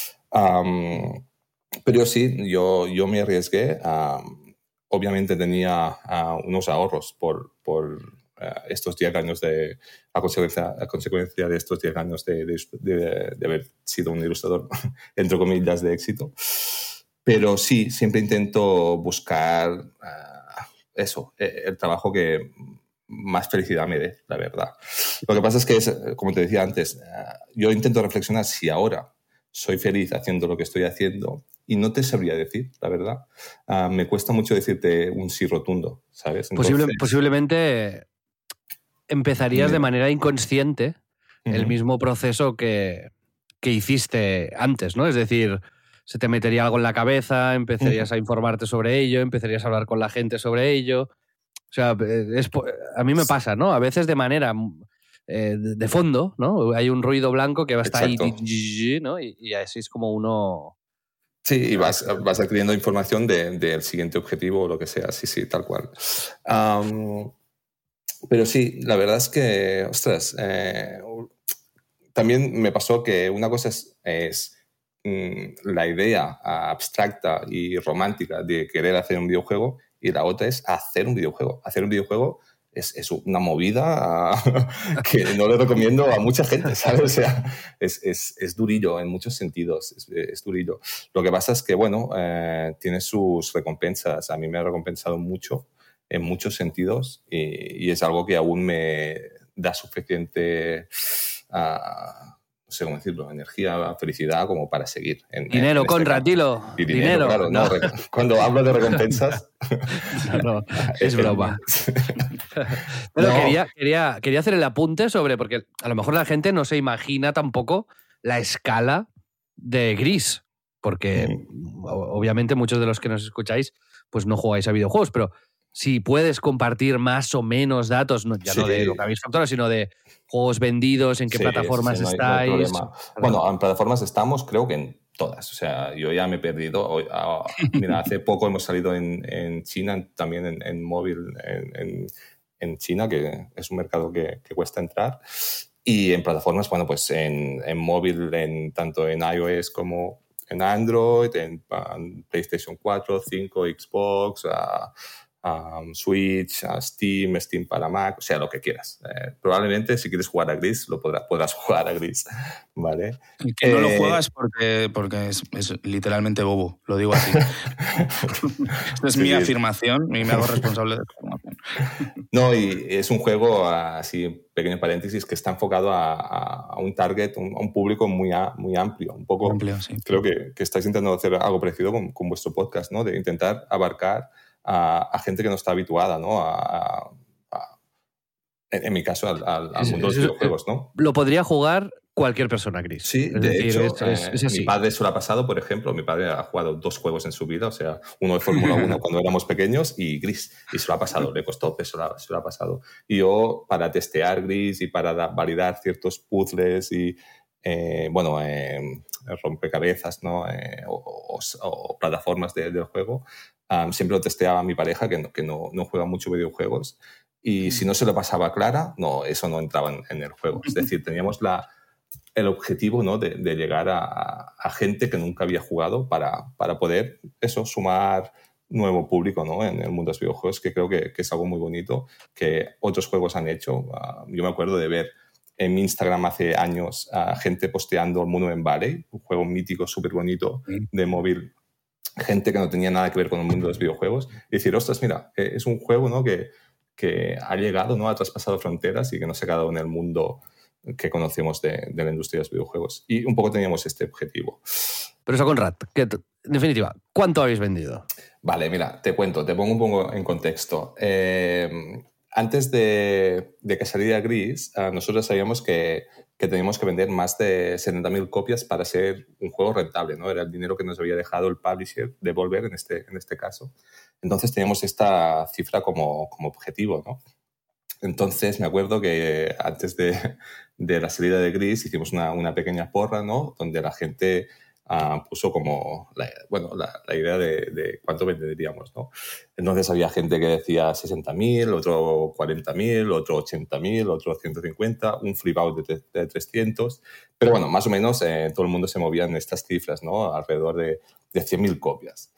Um, pero sí, yo, yo me arriesgué. Um, obviamente tenía uh, unos ahorros por, por uh, estos diez años de, a consecuencia, a consecuencia de estos diez años de, de, de, de haber sido un ilustrador, entre comillas, de éxito. Pero sí, siempre intento buscar uh, eso, el trabajo que más felicidad me dé, la verdad. Lo que pasa es que, es, como te decía antes, uh, yo intento reflexionar si ahora soy feliz haciendo lo que estoy haciendo y no te sabría decir, la verdad. Uh, me cuesta mucho decirte un sí rotundo, ¿sabes? Entonces, Posible, posiblemente empezarías de manera inconsciente uh-huh. el mismo proceso que, que hiciste antes, ¿no? Es decir, se te metería algo en la cabeza, empezarías a informarte sobre ello, empezarías a hablar con la gente sobre ello. O sea, es, a mí me pasa, ¿no? A veces de manera eh, de fondo, ¿no? Hay un ruido blanco que va hasta ahí, ¿no? Y, y así es como uno... Sí, y vas, vas adquiriendo información del de, de siguiente objetivo o lo que sea. Sí, sí, tal cual. Um, pero sí, la verdad es que, ostras, eh, también me pasó que una cosa es... es la idea abstracta y romántica de querer hacer un videojuego y la otra es hacer un videojuego. Hacer un videojuego es, es una movida que no le recomiendo a mucha gente, ¿sabes? O sea, es, es, es durillo en muchos sentidos, es, es durillo. Lo que pasa es que, bueno, eh, tiene sus recompensas. A mí me ha recompensado mucho en muchos sentidos y, y es algo que aún me da suficiente... Uh, no sé cómo decirlo, energía, felicidad como para seguir. En, dinero, en Conrad, este dilo. Y dinero, dinero, claro. No. No, cuando hablo de recompensas... no, no, es broma. Pero no. quería, quería, quería hacer el apunte sobre, porque a lo mejor la gente no se imagina tampoco la escala de Gris, porque mm. obviamente muchos de los que nos escucháis pues no jugáis a videojuegos, pero si puedes compartir más o menos datos, no, ya sí. no de lo que habéis facturado, sino de juegos vendidos, en qué sí, plataformas sí, no hay, estáis. No bueno, en plataformas estamos, creo que en todas. O sea, yo ya me he perdido. Mira, hace poco hemos salido en, en China, también en, en móvil en, en, en China, que es un mercado que, que cuesta entrar. Y en plataformas, bueno, pues en, en móvil, en, tanto en iOS como en Android, en, en PlayStation cuatro, cinco, Xbox... Uh, Um, Switch, uh, Steam, Steam para Mac, o sea, lo que quieras. Eh, probablemente si quieres jugar a Gris, lo podrás, podrás jugar a Gris, ¿vale? El que eh, no lo juegas porque, porque es, es literalmente bobo, lo digo así. Esta es sí, mi afirmación y me hago responsable de esta afirmación. No, y es un juego, así, pequeño paréntesis, que está enfocado a, a, a un target, un, a un público muy, a, muy amplio, un poco... Amplio, sí. Creo que, que estáis intentando hacer algo parecido con, con vuestro podcast, ¿no? De intentar abarcar A, a gente que no está habituada, ¿no? A, a, a, en, en mi caso, al, al, al mundo de los videojuegos, ¿no? Lo podría jugar cualquier persona, Gris. Sí, es de decir, hecho, es, es, es así. Mi padre se lo ha pasado, por ejemplo. Mi padre ha jugado dos juegos en su vida, o sea, uno de Fórmula uno cuando éramos pequeños y Gris. Y se lo ha pasado, le costó, pero se lo ha, se lo ha pasado. Y yo, para testear Gris y para da, validar ciertos puzzles y, eh, bueno, eh, rompecabezas, ¿no? Eh, o, o, o plataformas de, del juego, Um, siempre lo testeaba a mi pareja, que, no, que no, no juega mucho videojuegos, y si no se lo pasaba clara, no, eso no entraba en, en el juego. Es decir, teníamos la, el objetivo, ¿no? de, de llegar a, a gente que nunca había jugado para, para poder eso, sumar nuevo público, ¿no? en el mundo de los videojuegos, que creo que, que es algo muy bonito, que otros juegos han hecho. Uh, yo me acuerdo de ver en mi Instagram hace años a gente posteando Monument Valley, un juego mítico súper bonito de móvil, gente que no tenía nada que ver con el mundo de los videojuegos, y decir, ostras, mira, es un juego, ¿no? que, que ha llegado, ¿no? ha traspasado fronteras y que no se ha quedado en el mundo que conocemos de, de la industria de los videojuegos. Y un poco teníamos este objetivo. Pero eso, Conrad, que, en definitiva, ¿cuánto habéis vendido? Vale, mira, te cuento, te pongo un poco en contexto. Eh, antes de, de que saliera Gris, uh, nosotros sabíamos que, que teníamos que vender más de setenta mil copias para ser un juego rentable, ¿no? Era el dinero que nos había dejado el publisher, Devolver en este, en este caso. Entonces teníamos esta cifra como, como objetivo, ¿no? Entonces me acuerdo que antes de, de la salida de Gris hicimos una, una pequeña porra, ¿no? Donde la gente uh, puso como la, bueno, la, la idea de, de cuánto venderíamos, ¿no? Entonces había gente que decía sesenta mil, otro cuarenta mil, otro ochenta mil, otro ciento cincuenta, un flip out de, de trescientos. Pero bueno, más o menos eh, todo el mundo se movía en estas cifras, ¿no? Alrededor de, de cien mil copias.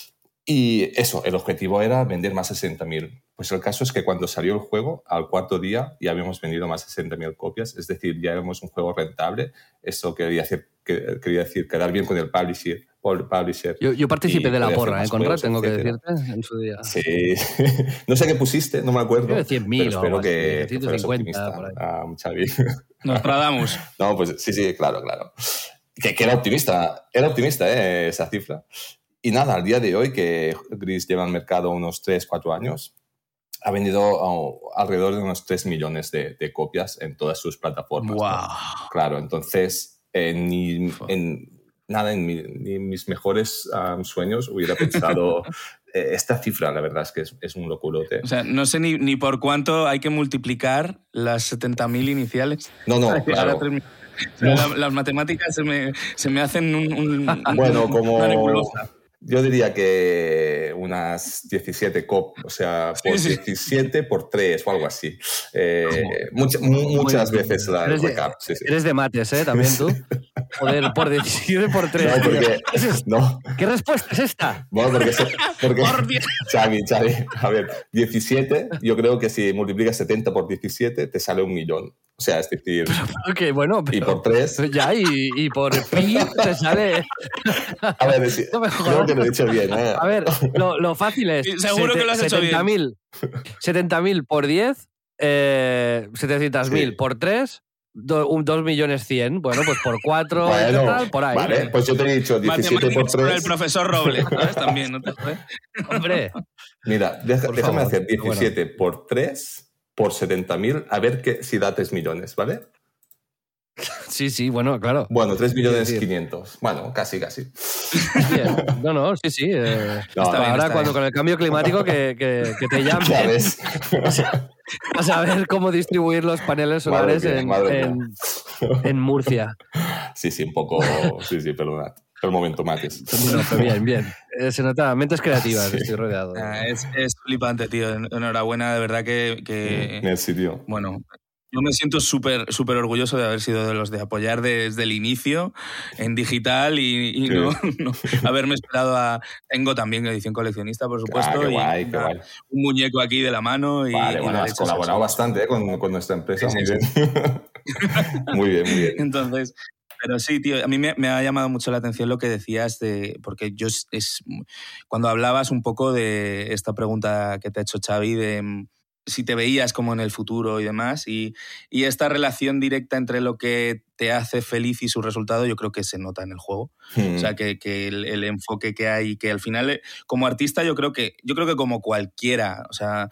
Y eso, el objetivo era vender más de sesenta mil. Pues el caso es que cuando salió el juego, al cuarto día ya habíamos vendido más de sesenta mil copias, es decir, ya éramos un juego rentable. Eso quería decir, que, quería decir quedar bien con el publisher. El publisher yo, yo participé de la porra, ¿eh, Conrad? Tengo etcétera. que decirte, en su día. Sí, no sé qué pusiste, no me acuerdo. Yo de cien mil pero espero o que, ciento cincuenta, por ahí. Ah, Xavi. Nos tradamos. No, pues sí, sí, claro, claro. Que, que era optimista, era optimista eh, esa cifra. Y nada, al día de hoy, que Gris lleva en mercado unos tres, cuatro años, ha vendido oh, alrededor de unos tres millones de, de copias en todas sus plataformas. ¡Wow! ¿no? Claro, entonces, eh, ni, en, nada, en, mi, ni en mis mejores um, sueños hubiera pensado eh, esta cifra, la verdad es que es, es un locurote. O sea, no sé ni, ni por cuánto hay que multiplicar las setenta mil iniciales. No, no, claro. O sea, la, las matemáticas se me, se me hacen un, un, bueno, como... una nebulosa. Yo diría que unas diecisiete cop, o sea, por sí, sí. diecisiete por tres o algo así. Eh, mucha, muchas veces la eres de, cap, sí, sí. Eres de mates, ¿eh? También tú. Joder, por diecisiete por tres. No, porque, no. ¿Qué respuesta es esta? Bueno, porque... Se, porque por diez. Xavi, Xavi, a ver, diecisiete, yo creo que si multiplicas setenta por diecisiete te sale un millón. O sea, es decir... Pero, okay, bueno, pero, y por tres... Ya, y, y por pi te sale... A ver, es, no creo que lo he dicho bien, ¿eh? A ver, lo, lo fácil es... Seguro que lo has hecho bien. setenta mil por diez, eh, setecientos mil sí. por tres... dos millones cien, bueno, pues por cuatro, bueno, tal, por ahí. Vale, pues yo te he dicho diecisiete por tres. El profesor Robles, ¿sabes? También, ¿no te fue? Hombre. Mira, deja, déjame favor, hacer diecisiete bueno. por tres por setenta mil, a ver que, si da tres millones, ¿vale? Sí, sí, bueno, claro. Bueno, tres millones quinientos. Bueno, casi, casi. Bien. No, no, sí, sí. Eh, no, está bien, ahora está cuando bien. con el cambio climático que, que, que te llamen. Ya ves. A saber cómo distribuir los paneles solares mía, en, en, en Murcia. Sí, sí, un poco... Sí, sí, perdona. Por el momento, mates. Bueno, pero bien, bien. Eh, se nota, mentes creativas, sí. Estoy rodeado. Ah, es, es flipante, tío. Enhorabuena, de verdad que... que Merci, tío. Bueno... Yo me siento súper súper orgulloso de haber sido de los de apoyar desde el inicio en digital y, y sí. no, no haberme esperado a... Tengo también edición coleccionista, por supuesto. Ah, qué guay, y qué guay. Un muñeco aquí de la mano. Y, vale, y bueno, has colaborado bastante ¿eh? con, con nuestra empresa. Sí, muy, sí, bien. Sí. muy bien, muy bien. Entonces... Pero sí, tío, a mí me, me ha llamado mucho la atención lo que decías de... Porque yo es... Cuando hablabas un poco de esta pregunta que te ha hecho Xavi de... si te veías como en el futuro y demás, y, y esta relación directa entre lo que te hace feliz y su resultado, yo creo que se nota en el juego. Mm. O sea, que, que el, el enfoque que hay, que al final, como artista, yo creo que, yo creo que como cualquiera, o sea,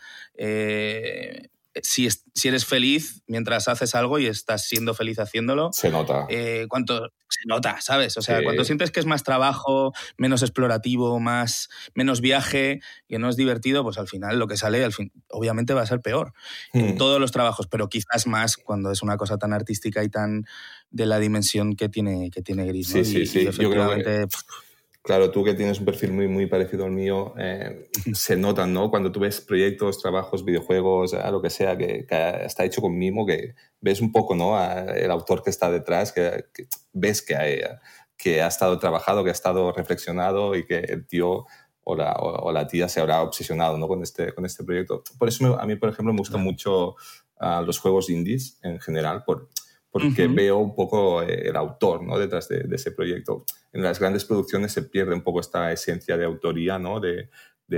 eh, si, es, si eres feliz mientras haces algo y estás siendo feliz haciéndolo... Se nota. Eh, ¿cuánto se nota, sabes? O sea, sí. cuando sientes que es más trabajo, menos explorativo, más, menos viaje, que no es divertido, pues al final lo que sale, al fin, obviamente va a ser peor. Mm. En todos los trabajos, pero quizás más cuando es una cosa tan artística y tan de la dimensión que tiene, que tiene Gris, ¿no? Sí, sí, y, sí. y efectivamente... Yo creo que... claro, tú que tienes un perfil muy, muy parecido al mío, eh, se notan, ¿no? Cuando tú ves proyectos, trabajos, videojuegos, eh, lo que sea, que, que está hecho con mimo, que ves un poco, ¿no? A el autor que está detrás, que, que ves que, hay, que ha estado trabajado, que ha estado reflexionado y que el tío o la, o, o la tía se habrá obsesionado, ¿no? con, este, con este proyecto. Por eso me, a mí, por ejemplo, me gustan claro. mucho uh, los juegos indies en general, por, porque uh-huh. veo un poco el autor, ¿no? detrás de, de ese proyecto. En las grandes producciones se pierde un poco esta esencia de autoría, ¿no? de,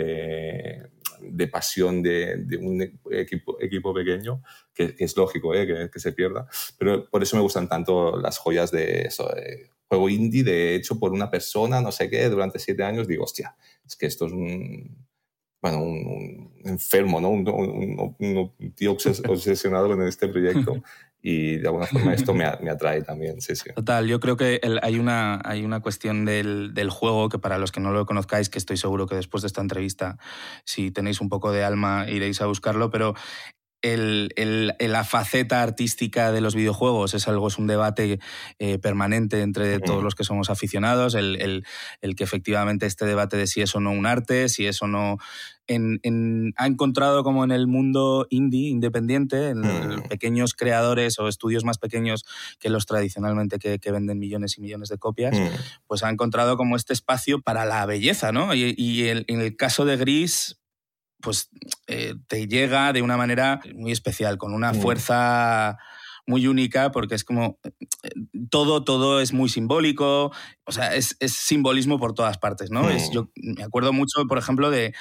de, de pasión de, de un equipo, equipo pequeño, que, que es lógico ¿eh? que, que se pierda. Pero por eso me gustan tanto las joyas de eso, de juego indie, de hecho por una persona, no sé qué, durante siete años. Digo, hostia, es que esto es un... Bueno, un, un enfermo, ¿no? Un, un, un, un tío obsesionado con este proyecto. Y de alguna forma esto me, me atrae también, sí, sí. Total, yo creo que el, hay, una, hay una cuestión del, del juego que para los que no lo conozcáis, que estoy seguro que después de esta entrevista, si tenéis un poco de alma, iréis a buscarlo, pero el, el, la faceta artística de los videojuegos es algo, es un debate eh, permanente entre mm. todos los que somos aficionados, el, el, el que efectivamente este debate de si es o no un arte, si es o no... En, en, ha encontrado como en el mundo indie, independiente, en, mm. en pequeños creadores o estudios más pequeños que los tradicionalmente que, que venden millones y millones de copias, mm. pues ha encontrado como este espacio para la belleza, ¿no? Y, y el, en el caso de Gris, pues eh, te llega de una manera muy especial, con una mm. fuerza muy única, porque es como todo, todo es muy simbólico, o sea, es, es simbolismo por todas partes, ¿no? Mm. Es, yo me acuerdo mucho, por ejemplo, de,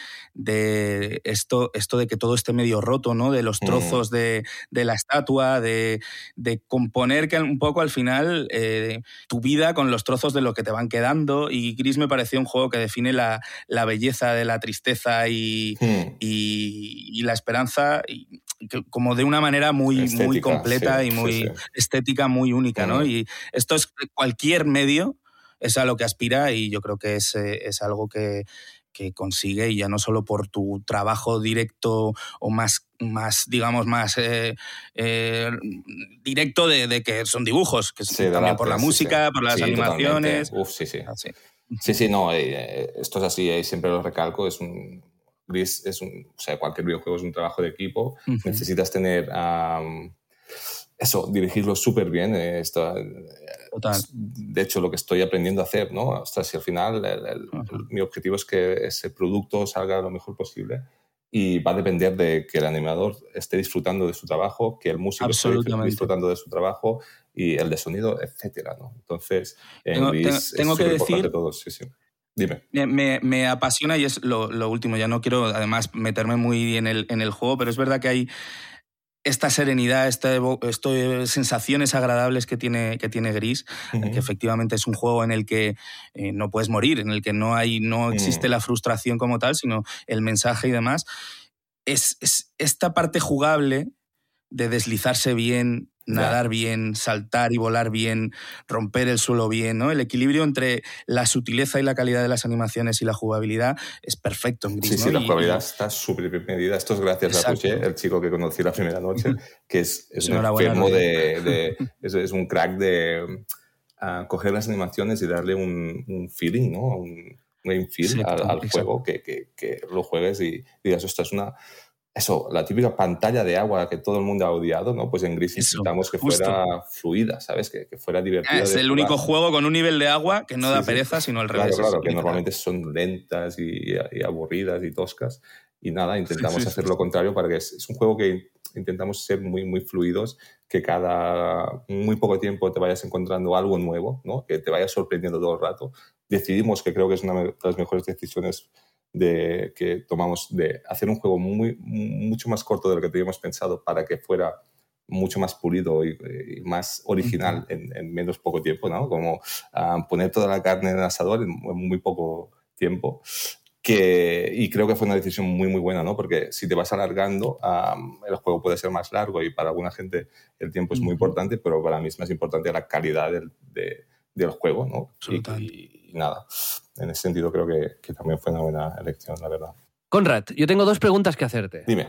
de esto, esto de que todo esté medio roto, ¿no? De los trozos mm. de, de la estatua, de, de componer que un poco al final eh, tu vida con los trozos de lo que te van quedando, y Gris me pareció un juego que define la, la belleza de la tristeza y, mm. y, y la esperanza, y, que, como de una manera muy, estética, muy completa sí, y muy sí, sí. estética, muy única, ¿no? Mm. Y esto es cualquier medio, es a lo que aspira, y yo creo que es, es algo que, que consigue, y ya no solo por tu trabajo directo o más, más digamos, más eh, eh, directo de, de que son dibujos, que sí, también por la sí, música, sí. por las sí, animaciones. Uf, sí, sí. Así. Sí, sí, no, eh, esto es así, eh, siempre lo recalco, es un... Gris es un... O sea, cualquier videojuego es un trabajo de equipo, uh-huh. necesitas tener... Um, eso, dirigirlo súper bien. Eh, esto, Total. De hecho, lo que estoy aprendiendo a hacer, ¿no? O sea, si al final el, el, uh-huh. el, mi objetivo es que ese producto salga lo mejor posible, y va a depender de que el animador esté disfrutando de su trabajo, que el músico esté disfrutando de su trabajo, y el de sonido, etcétera, ¿no? Entonces, en tengo, Gris tengo, tengo es que súper importante decir... todo. Sí, sí. Dime. Me, me, me apasiona, y es lo, lo último, ya no quiero además meterme muy en el, en el juego, pero es verdad que hay esta serenidad, esta, estas sensaciones agradables que tiene, que tiene Gris, uh-huh. que efectivamente es un juego en el que eh, no puedes morir, en el que no, hay, no existe uh-huh. la frustración como tal, sino el mensaje y demás. Es, es esta parte jugable de deslizarse bien, nadar bien, saltar y volar bien, romper el suelo bien, ¿no? El equilibrio entre la sutileza y la calidad de las animaciones y la jugabilidad es perfecto en Gris, sí, ¿no? Sí, la y, jugabilidad y... está súper bien medida. Esto es gracias Exacto. a Puché, el chico que conocí la primera noche, que es, es un enfermo de... de es, es un crack de uh, coger las animaciones y darle un, un feeling, ¿no? Un, un feel exacto, al, al juego, que, que, que lo juegues y digas, esto es una... Eso, la típica pantalla de agua que todo el mundo ha odiado, ¿no? Pues en Gris Eso, intentamos que justo. fuera fluida, ¿sabes? Que, que fuera divertida. Ah, es el jugar. único juego con un nivel de agua que no sí, da pereza, sí. sino al claro, revés. Claro, claro, que normalmente son lentas y, y aburridas y toscas. Y nada, intentamos sí, sí, hacer sí. lo contrario para que es, es un juego que intentamos ser muy, muy fluidos, que cada muy poco tiempo te vayas encontrando algo nuevo, ¿no? Que te vayas sorprendiendo todo el rato. Decidimos, que creo que es una de las mejores decisiones de que tomamos, de hacer un juego muy, mucho más corto de lo que teníamos pensado, para que fuera mucho más pulido y, y más original uh-huh. en, en menos poco tiempo, ¿no? Como uh, poner toda la carne en el asador en muy poco tiempo. Que, y creo que fue una decisión muy, muy buena, ¿no? Porque si te vas alargando, um, el juego puede ser más largo, y para alguna gente el tiempo es muy uh-huh. importante, pero para mí es más importante la calidad del, de, del juego, ¿no? Y, y nada, en ese sentido creo que, que también fue una buena elección, la verdad. Conrad, yo tengo dos preguntas que hacerte. Dime.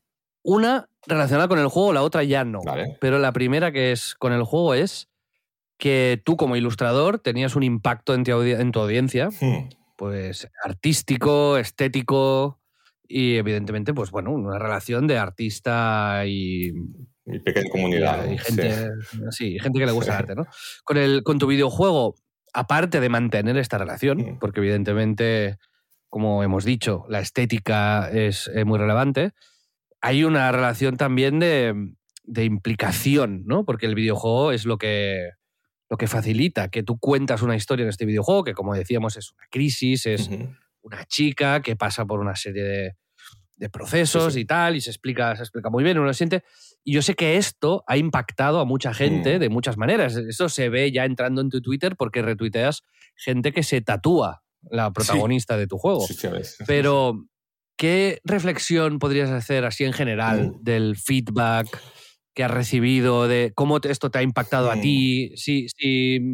Una relacionada con el juego, la otra ya no. Vale. Pero la primera, que es con el juego, es que tú como ilustrador tenías un impacto en tu, audi- en tu audiencia, Hmm. pues artístico, estético y evidentemente, pues bueno, una relación de artista y, Mi pequeña comunidad. y, y ¿no? gente, Sí. sí, gente que le gusta Sí. el arte, ¿no? Con, el, con tu videojuego, aparte de mantener esta relación, Mm. porque evidentemente, como hemos dicho, la estética es eh, muy relevante, hay una relación también de, de implicación, ¿no? Porque el videojuego es lo que, lo que facilita que tú cuentas una historia en este videojuego, que como decíamos es una crisis, es Ujú. una chica que pasa por una serie de, de procesos Sí, sí. y tal, y se explica, se explica muy bien, uno lo siente. Y yo sé que esto ha impactado a mucha gente Mm. de muchas maneras. Eso se ve ya entrando en tu Twitter porque retuiteas gente que se tatúa la protagonista de tu juego. Sí, sí, a veces. Pero, ¿qué reflexión podrías hacer así en general Mm. del feedback que has recibido, de cómo te- esto te ha impactado a Mm. ti? Si, si,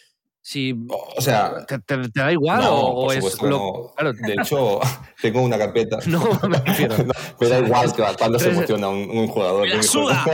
si O sea, ¿te, te- te da igual no, o, o por es supuesto que lo, no. claro, De hecho, tengo una carpeta. no me refiero. No, me da igual que cuando se Tres- emociona un, un jugador. ¡Me la suda!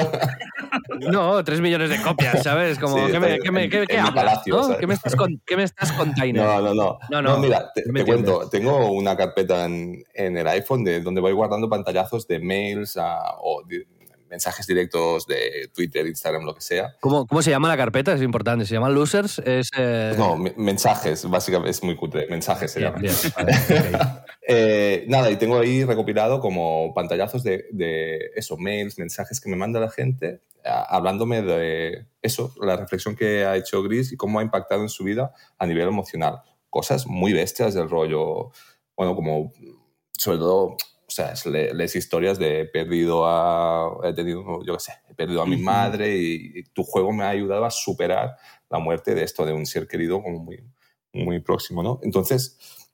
No, tres millones de copias, ¿sabes? Como, Sí, ¿qué, me, estoy qué, me, en- qué, en qué mi hablas, palacio, ¿no? ¿sabes? ¿Qué me estás, con, ¿Qué me estás container? No, no, no. No, No, no, mira, te, no me te cuento. entiendes. Tengo una carpeta en, en el iPhone de, donde voy guardando pantallazos de mails ah, o di- mensajes directos de Twitter, Instagram, lo que sea. ¿Cómo, ¿Cómo se llama la carpeta? Es importante. ¿Se llama Losers? Es, eh... No, me- mensajes, básicamente es muy cutre. Mensajes se Bien, llaman. bien, vale, ok. Eh, nada, y tengo ahí recopilado como pantallazos de, de eso, mails, mensajes que me manda la gente a- hablándome de eso, la reflexión que ha hecho Gris y cómo ha impactado en su vida a nivel emocional. Cosas muy bestias del rollo, bueno, como sobre todo, o sea, es le- lees historias de he perdido a, he tenido, yo qué sé, he perdido a mi Ujú. madre y, y tu juego me ha ayudado a superar la muerte de esto, de un ser querido como muy, muy próximo, ¿no? Entonces,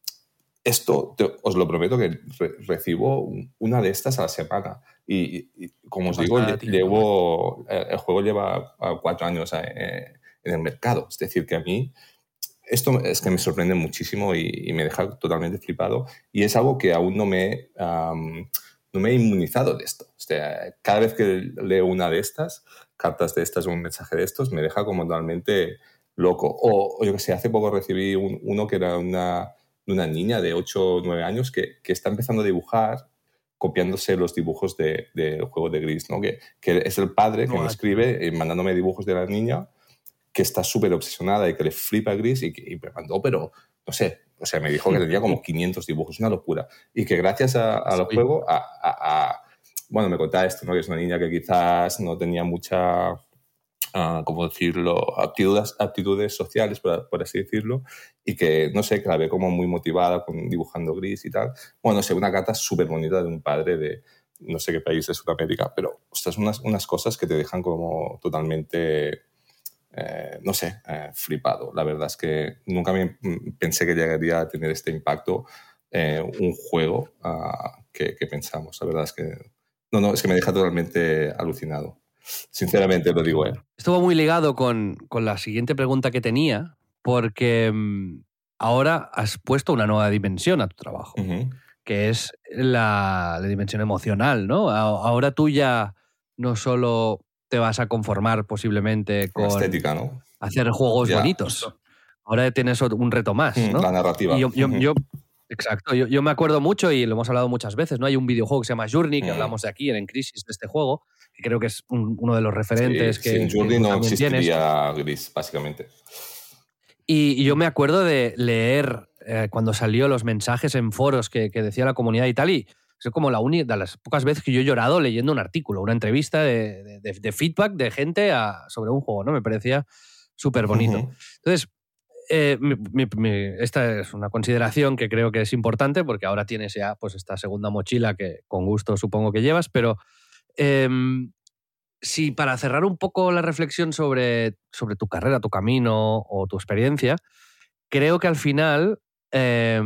esto, te- os lo prometo que re- recibo un- una de estas a la semana. Y, y- y como os Qué digo, pasada, lle- tío. llevo, eh, el juego lleva ah, cuatro años eh, en el mercado. Es decir, que a mí esto es que me sorprende muchísimo y, y me deja totalmente flipado. Y es algo que aún no me, am, no me he inmunizado de esto. O sea, cada vez que leo una de estas, cartas de estas o un mensaje de estos, me deja como totalmente loco. O, o yo que sé, hace poco recibí un- uno que era una, una niña de ocho o nueve años que, que está empezando a dibujar copiándose los dibujos de- del juego de Gris, ¿no? Que, que es el padre que Guau, me escribe eh, mandándome dibujos de la niña que está súper obsesionada y que le flipa Gris y, que, y me mandó, pero no sé, o sea, me dijo que tenía como quinientos dibujos, una locura. Y que gracias a, a los Sí. juegos, a, a- a- bueno, me contaba esto, ¿no? Que es una niña que quizás no tenía mucha, ah, ¿cómo decirlo?, aptitudes, aptitudes sociales, por, por así decirlo, y que, no sé, que la ve como muy motivada con dibujando Gris y tal. Bueno, no sé, una carta súper bonita de un padre de no sé qué país de Sudamérica, pero, ostras, unas, unas cosas que te dejan como totalmente... Eh, no sé, eh, flipado. La verdad es que nunca me pensé que llegaría a tener este impacto eh, un juego uh, que, que pensamos. La verdad es que no, no, es que me deja totalmente alucinado. Sinceramente lo digo. Eh. Estuvo muy ligado con, con la siguiente pregunta que tenía, porque mmm, ahora has puesto una nueva dimensión a tu trabajo, Uh-huh. que es la, la dimensión emocional, ¿no? Ahora tú ya no solo te vas a conformar posiblemente con... La estética, ¿no? Hacer juegos ya, bonitos. Justo. Ahora tienes un reto más, ¿no? La narrativa. Y yo, yo, yo, exacto. Yo, yo me acuerdo mucho y lo hemos hablado muchas veces, ¿no? Hay un videojuego que se llama Journey, que mm. hablamos de aquí en, en Crisis de este juego, que creo que es un, uno de los referentes sí, que, sin Journey que no también existiría tienes. Gris, básicamente. Y, y yo me acuerdo de leer eh, cuando salió los mensajes en foros que, que decía la comunidad y tal, y es como la única de las pocas veces que yo he llorado leyendo un artículo, una entrevista de, de, de, de feedback de gente a, sobre un juego, ¿no? Me parecía súper bonito. Uh-huh. Entonces, eh, mi, mi, mi, esta es una consideración que creo que es importante porque ahora tienes ya pues, esta segunda mochila que con gusto supongo que llevas, pero eh, si para cerrar un poco la reflexión sobre, sobre tu carrera, tu camino o tu experiencia, creo que al final eh,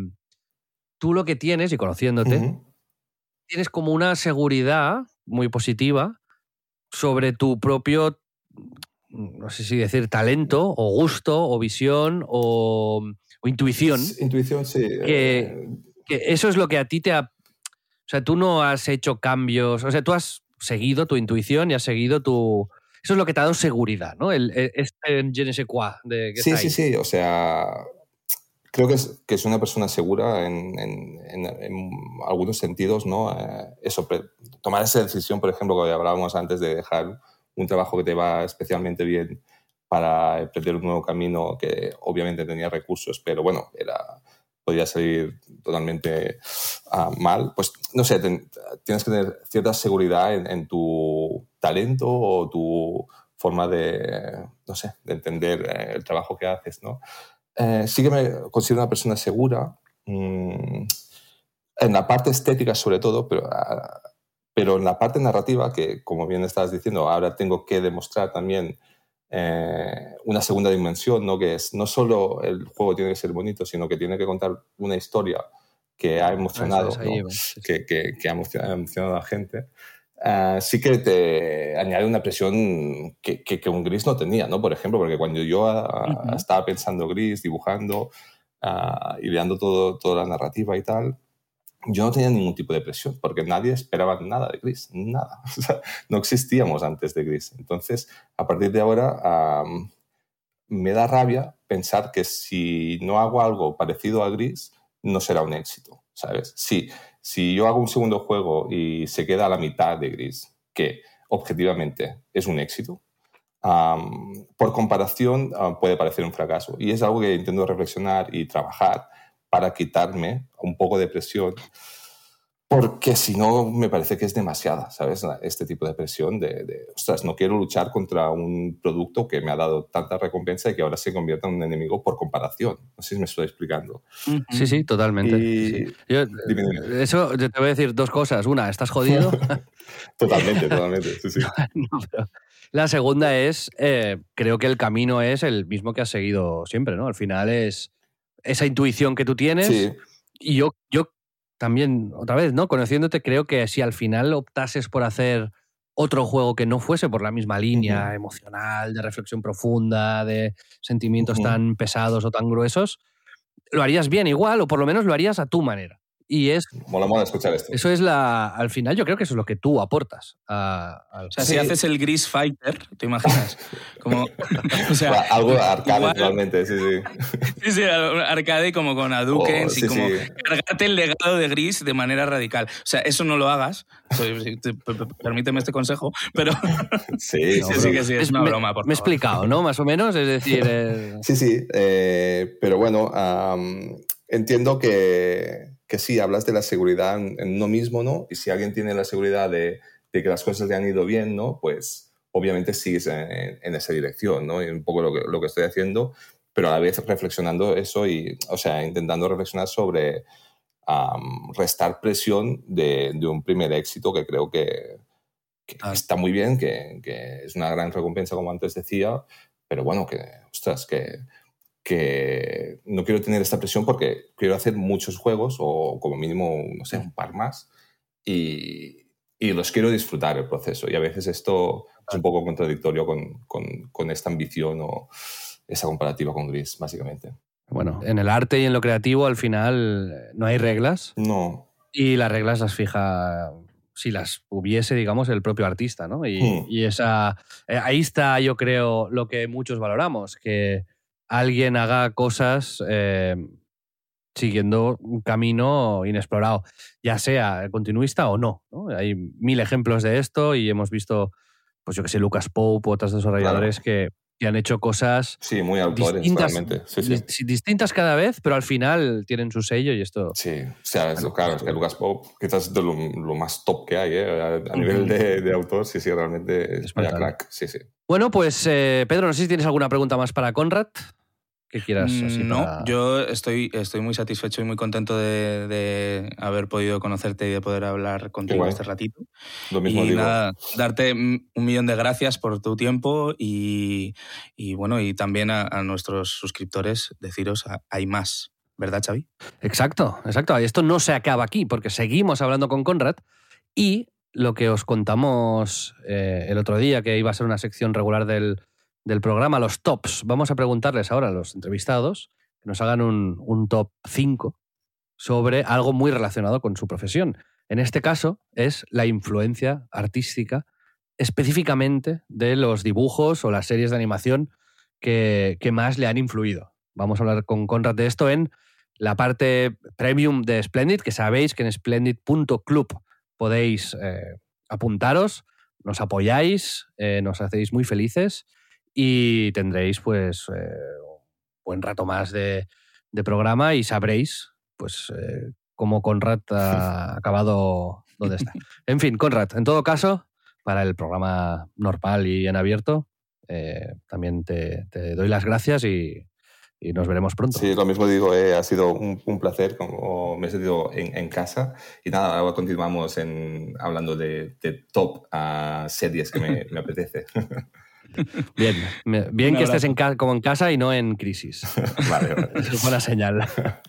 tú lo que tienes, y conociéndote, uh-huh. tienes como una seguridad muy positiva sobre tu propio, no sé si decir talento, o gusto, o visión, o, o intuición. Intuición, sí. Que, que eso es lo que a ti te ha... O sea, tú no has hecho cambios, o sea, tú has seguido tu intuición y has seguido tu... eso es lo que te ha dado seguridad, ¿no? El, el, este je ne sais quoi de que Sí, está sí, ahí. sí. O sea, creo que es, que es una persona segura en, en, en, en algunos sentidos, ¿no? Eh, eso, tomar esa decisión, por ejemplo, que hablábamos antes de dejar un trabajo que te va especialmente bien para emprender un nuevo camino que obviamente tenía recursos, pero bueno, era, podía salir totalmente uh, mal. Pues no sé, ten, tienes que tener cierta seguridad en, en tu talento o tu forma de, no sé, de entender eh, el trabajo que haces, ¿no? Eh, sí que me considero una persona segura mmm, en la parte estética sobre todo, pero, uh, pero en la parte narrativa, que como bien estabas diciendo, ahora tengo que demostrar también eh, una segunda dimensión, ¿no? Que es no solo el juego tiene que ser bonito, sino que tiene que contar una historia que ha emocionado, Eso es, ahí, ¿no? sí, sí. que, que, que ha emocionado a la gente. Uh, sí que te añade una presión que, que, que un Gris no tenía, ¿no? Por ejemplo, porque cuando yo uh, uh-huh. estaba pensando Gris, dibujando, uh, ideando todo, toda la narrativa y tal, yo no tenía ningún tipo de presión, porque nadie esperaba nada de Gris, nada. O sea, no existíamos antes de Gris. Entonces, a partir de ahora, um, me da rabia pensar que si no hago algo parecido a Gris, no será un éxito, ¿sabes? Sí. Si yo hago un segundo juego y se queda a la mitad de Gris, que objetivamente es un éxito, um, por comparación uh, puede parecer un fracaso. Y es algo que intento reflexionar y trabajar para quitarme un poco de presión, porque si no me parece que es demasiada, ¿sabes? Este tipo de presión de, de, ostras, no quiero luchar contra un producto que me ha dado tanta recompensa y que ahora se convierta en un enemigo por comparación. No sé si me estoy explicando. Sí, sí, totalmente. Y... Sí, sí. Yo, dime, dime. Eso yo te voy a decir dos cosas. Una, ¿estás jodido? Totalmente, totalmente. Sí, sí. No, pero la segunda es, eh, creo que el camino es el mismo que has seguido siempre, ¿no? Al final es esa intuición que tú tienes. Sí. Y yo, yo también, otra vez, ¿no? Conociéndote, creo que si al final optases por hacer otro juego que no fuese por la misma línea uh-huh. emocional, de reflexión profunda, de sentimientos uh-huh. tan pesados o tan gruesos, lo harías bien igual, o por lo menos lo harías a tu manera. Y es... Mola, mola escuchar esto. Eso es la... Al final yo creo que eso es lo que tú aportas. A, a... O sea, sí. Si haces el Gris Fighter, ¿te imaginas? Como, o sea, algo arcade realmente, sí, sí. Sí, sí, arcade como con Hadouken, oh, sí, y como sí. cargarte el legado de Gris de manera radical. O sea, eso no lo hagas. Permíteme este consejo, pero... Sí, sí, sí, que sí, es una me, broma, por Me he favor. explicado, ¿no? Más o menos, es decir... Eh... Sí, sí, eh, pero bueno, um, entiendo que... que sí, hablas de la seguridad en, en uno mismo, ¿no? Y si alguien tiene la seguridad de, de que las cosas le han ido bien, ¿no? Pues obviamente sigues en, en esa dirección, ¿no? Y un poco lo que, lo que estoy haciendo, pero a la vez reflexionando eso y, o sea, intentando reflexionar sobre um, restar presión de, de un primer éxito que creo que, que ah. está muy bien, que, que es una gran recompensa, como antes decía, pero bueno, que, ostras, que... que no quiero tener esta presión porque quiero hacer muchos juegos o como mínimo, no sé, un par más y, y los quiero disfrutar el proceso y a veces esto es un poco contradictorio con, con, con esta ambición o esa comparativa con Gris, básicamente. Bueno, en el arte y en lo creativo al final no hay reglas. No. Y las reglas las fija, si las hubiese, digamos, el propio artista, ¿no? Y, hmm. y esa, ahí está, yo creo, lo que muchos valoramos, que alguien haga cosas eh, siguiendo un camino inexplorado, ya sea continuista o no, ¿no? Hay mil ejemplos de esto y hemos visto, pues yo que sé, Lucas Pope u otros desarrolladores claro. que, que han hecho cosas sí, muy autores, distintas, realmente. Sí, sí. distintas cada vez, pero al final tienen su sello y esto... Sí, o sea, es, claro, es que Lucas Pope quizás es de lo, lo más top que hay, ¿eh? A, a nivel de, de autor, sí, sí, realmente es, es vaya crack. Sí, sí. Bueno, pues eh, Pedro, no sé si tienes alguna pregunta más para Conrad. ¿Qué quieras? Así no, para... yo estoy, estoy muy satisfecho y muy contento de, de haber podido conocerte y de poder hablar contigo este ratito. Lo mismo y digo. Nada, darte un millón de gracias por tu tiempo y, y bueno, y también a, a nuestros suscriptores deciros a, hay más, ¿verdad, Xavi? Exacto, exacto. Esto no se acaba aquí porque seguimos hablando con Conrad y lo que os contamos eh, el otro día, que iba a ser una sección regular del del programa, los tops. Vamos a preguntarles ahora a los entrevistados que nos hagan un, un top cinco sobre algo muy relacionado con su profesión. En este caso es la influencia artística específicamente de los dibujos o las series de animación que, que más le han influido. Vamos a hablar con Conrad de esto en la parte premium de Splendid, que sabéis que en splendid punto club podéis eh, apuntaros, nos apoyáis, eh, nos hacéis muy felices y tendréis pues eh, un buen rato más de, de programa y sabréis pues eh, cómo Conrad ha acabado donde está. En fin, Conrad, en todo caso, para el programa normal y en abierto, eh, también te, te doy las gracias y, y nos veremos pronto. Sí, lo mismo digo, eh, ha sido un, un placer, como me he sentido en, en casa. Y nada, ahora continuamos en, hablando de, de top uh, series que me, me apetece. Bien, bien que estés en ca- como en casa y no en crisis. Vale, vale. Es buena señal.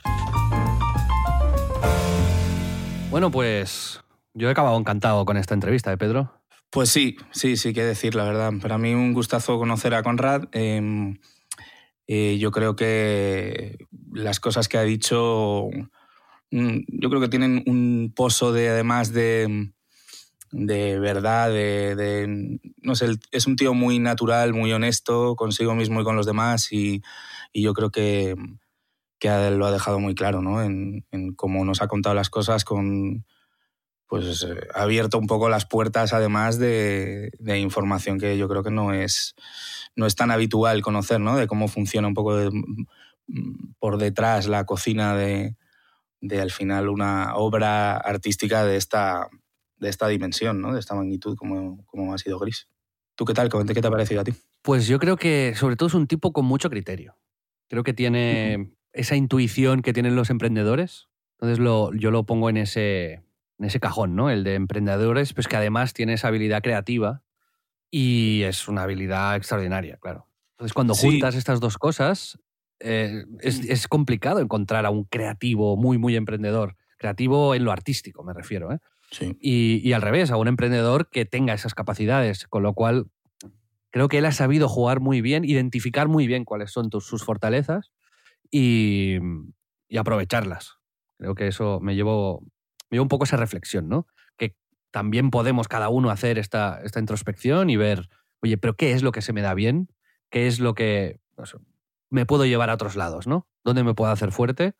Bueno, pues yo he acabado encantado con esta entrevista, ¿eh, Pedro? Pues sí, sí, sí, qué decir, la verdad. Para mí un gustazo conocer a Conrad. Eh, eh, yo creo que las cosas que ha dicho, yo creo que tienen un pozo de, además de, de verdad, de, de, no sé, es un tío muy natural, muy honesto consigo mismo y con los demás y, y yo creo que, que lo ha dejado muy claro, ¿no? En, en cómo nos ha contado las cosas con... pues eh, ha abierto un poco las puertas, además de, de información que yo creo que no es, no es tan habitual conocer, ¿no? De cómo funciona un poco de, por detrás la cocina de, de, al final, una obra artística de esta, de esta dimensión, ¿no? De esta magnitud como, como ha sido Gris. ¿Tú qué tal? ¿Qué te ha parecido a ti? Pues yo creo que, sobre todo, es un tipo con mucho criterio. Creo que tiene uh-huh. esa intuición que tienen los emprendedores. Entonces lo, yo lo pongo en ese... en ese cajón, ¿no? El de emprendedores, pues que además tiene esa habilidad creativa y es una habilidad extraordinaria, claro. Entonces, cuando sí. juntas estas dos cosas, eh, es, es complicado encontrar a un creativo muy, muy emprendedor. Creativo en lo artístico, me refiero, ¿eh? Sí. Y, y al revés, a un emprendedor que tenga esas capacidades, con lo cual creo que él ha sabido jugar muy bien, identificar muy bien cuáles son tus, sus fortalezas y, y aprovecharlas. Creo que eso me llevó... me dio un poco esa reflexión, ¿no? Que también podemos cada uno hacer esta, esta introspección y ver, oye, pero ¿qué es lo que se me da bien? ¿Qué es lo que no sé, me puedo llevar a otros lados, ¿no? ¿Dónde me puedo hacer fuerte?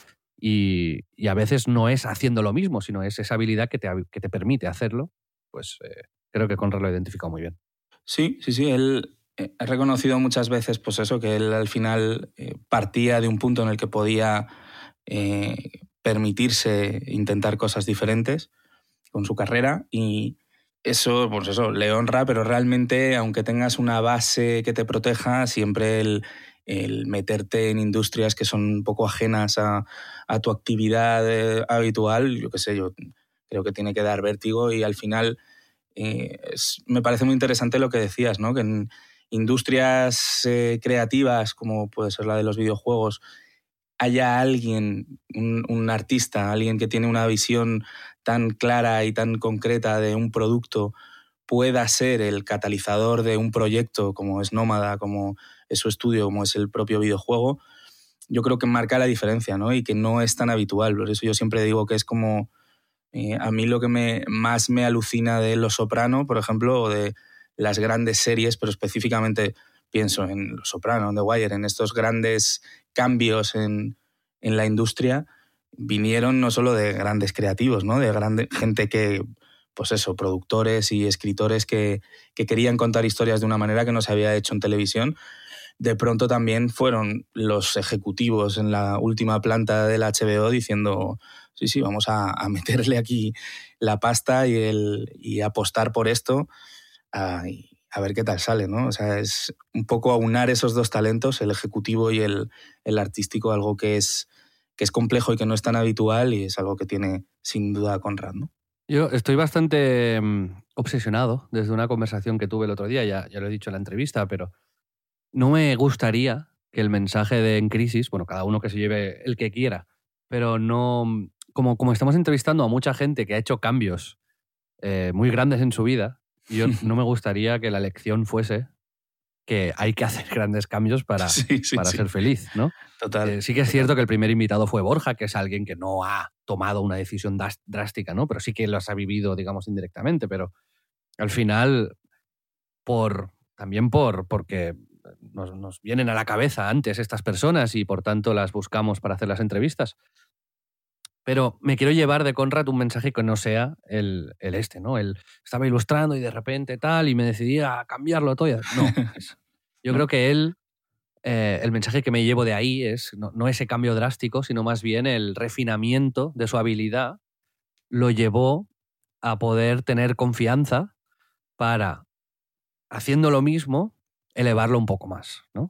Y, y a veces no es haciendo lo mismo, sino es esa habilidad que te, que te permite hacerlo. Pues eh, creo que Conrad lo ha identificado muy bien. Sí, sí, sí. Él eh, ha reconocido muchas veces, pues eso, que él al final eh, partía de un punto en el que podía... Eh, permitirse intentar cosas diferentes con su carrera y eso, pues eso, le honra, pero realmente, aunque tengas una base que te proteja, siempre el, el meterte en industrias que son un poco ajenas a, a tu actividad eh, habitual, yo qué sé, yo creo que tiene que dar vértigo y al final eh, es, me parece muy interesante lo que decías, ¿no? Que en industrias eh, creativas, como puede ser la de los videojuegos, haya alguien, un, un artista, alguien que tiene una visión tan clara y tan concreta de un producto, pueda ser el catalizador de un proyecto como es Nómada, como es su estudio, como es el propio videojuego, yo creo que marca la diferencia, ¿no? Y que no es tan habitual. Por eso yo siempre digo que es como... Eh, a mí lo que me, más me alucina de Los Soprano, por ejemplo, o de las grandes series, pero específicamente... pienso en Los Soprano, en The Wire, en estos grandes cambios en, en la industria, vinieron no solo de grandes creativos, ¿no? De grande, gente que, pues eso, productores y escritores que, que querían contar historias de una manera que no se había hecho en televisión. De pronto también fueron los ejecutivos en la última planta del H B O diciendo, sí, sí, vamos a, a meterle aquí la pasta y, el, y apostar por esto. Uh, y, a ver qué tal sale, ¿no? O sea, es un poco aunar esos dos talentos, el ejecutivo y el, el artístico, algo que es, que es complejo y que no es tan habitual y es algo que tiene sin duda Conrad, ¿no? Yo estoy bastante um, obsesionado desde una conversación que tuve el otro día, ya, ya lo he dicho en la entrevista, pero no me gustaría que el mensaje de En Crisis, bueno, cada uno que se lleve el que quiera, pero no... Como, como estamos entrevistando a mucha gente que ha hecho cambios eh, muy grandes en su vida, yo no me gustaría que la lección fuese que hay que hacer grandes cambios para, sí, sí, para sí. ser feliz, ¿no? Total. Eh, sí que es cierto que el primer invitado fue Borja, que es alguien que no ha tomado una decisión drástica, ¿no? Pero sí que los ha vivido, digamos, indirectamente. Pero al final por, también por, porque nos, nos vienen a la cabeza antes estas personas y por tanto las buscamos para hacer las entrevistas. Pero me quiero llevar de Conrad un mensaje que no sea el, el este, ¿no? Él estaba ilustrando y de repente tal y me decidí a cambiarlo todo. No, es, yo creo que él, eh, el mensaje que me llevo de ahí es no, no ese cambio drástico, sino más bien el refinamiento de su habilidad lo llevó a poder tener confianza para, haciendo lo mismo, elevarlo un poco más, ¿no?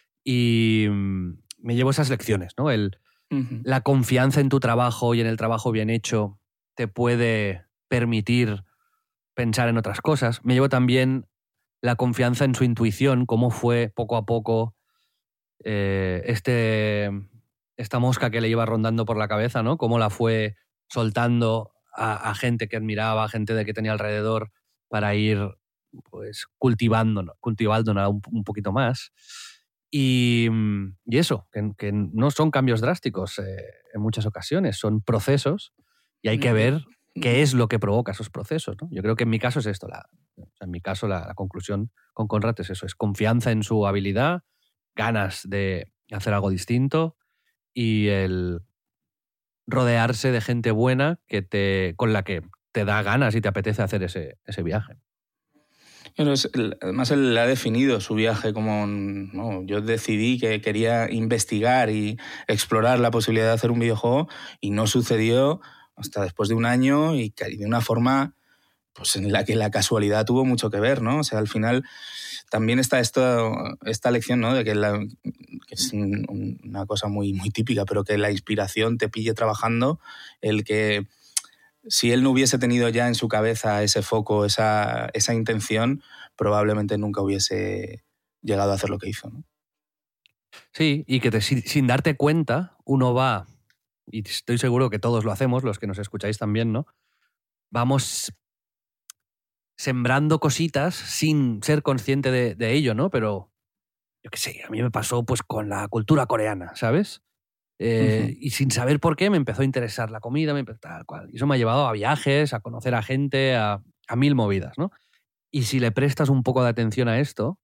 Y mm, me llevo esas lecciones, ¿no? El, uh-huh. La confianza en tu trabajo y en el trabajo bien hecho te puede permitir pensar en otras cosas. Me llevo también la confianza en su intuición, cómo fue poco a poco eh, este, esta mosca que le iba rondando por la cabeza, ¿no? Cómo la fue soltando a, a gente que admiraba, a gente de que tenía alrededor para ir pues, cultivando, cultivándola un, un poquito más. Y, y eso, que, que no son cambios drásticos eh, en muchas ocasiones, son procesos y hay que ver qué es lo que provoca esos procesos, ¿no? Yo creo que en mi caso es esto, la, en mi caso la, la conclusión con Conrad es eso, es confianza en su habilidad, ganas de hacer algo distinto y el rodearse de gente buena que te, con la que te da ganas y te apetece hacer ese, ese viaje. Pero es, además él ha definido su viaje como, no, yo decidí que quería investigar y explorar la posibilidad de hacer un videojuego y no sucedió hasta después de un año y de una forma pues, en la que la casualidad tuvo mucho que ver, ¿no? O sea, al final también está esto, esta lección, ¿no? De que, la, que es un, una cosa muy, muy típica, pero que la inspiración te pille trabajando, el que si él no hubiese tenido ya en su cabeza ese foco, esa, esa intención, probablemente nunca hubiese llegado a hacer lo que hizo, ¿no? Sí, y que te, sin, sin darte cuenta, uno va, y estoy seguro que todos lo hacemos, los que nos escucháis también, ¿no? Vamos sembrando cositas sin ser consciente de, de ello, ¿no? Pero, yo qué sé, a mí me pasó pues con la cultura coreana, ¿sabes? Eh, uh-huh. Y sin saber por qué me empezó a interesar la comida, me empezó, tal cual. Y eso me ha llevado a viajes, a conocer a gente, a, a mil movidas, ¿no? Y si le prestas un poco de atención a esto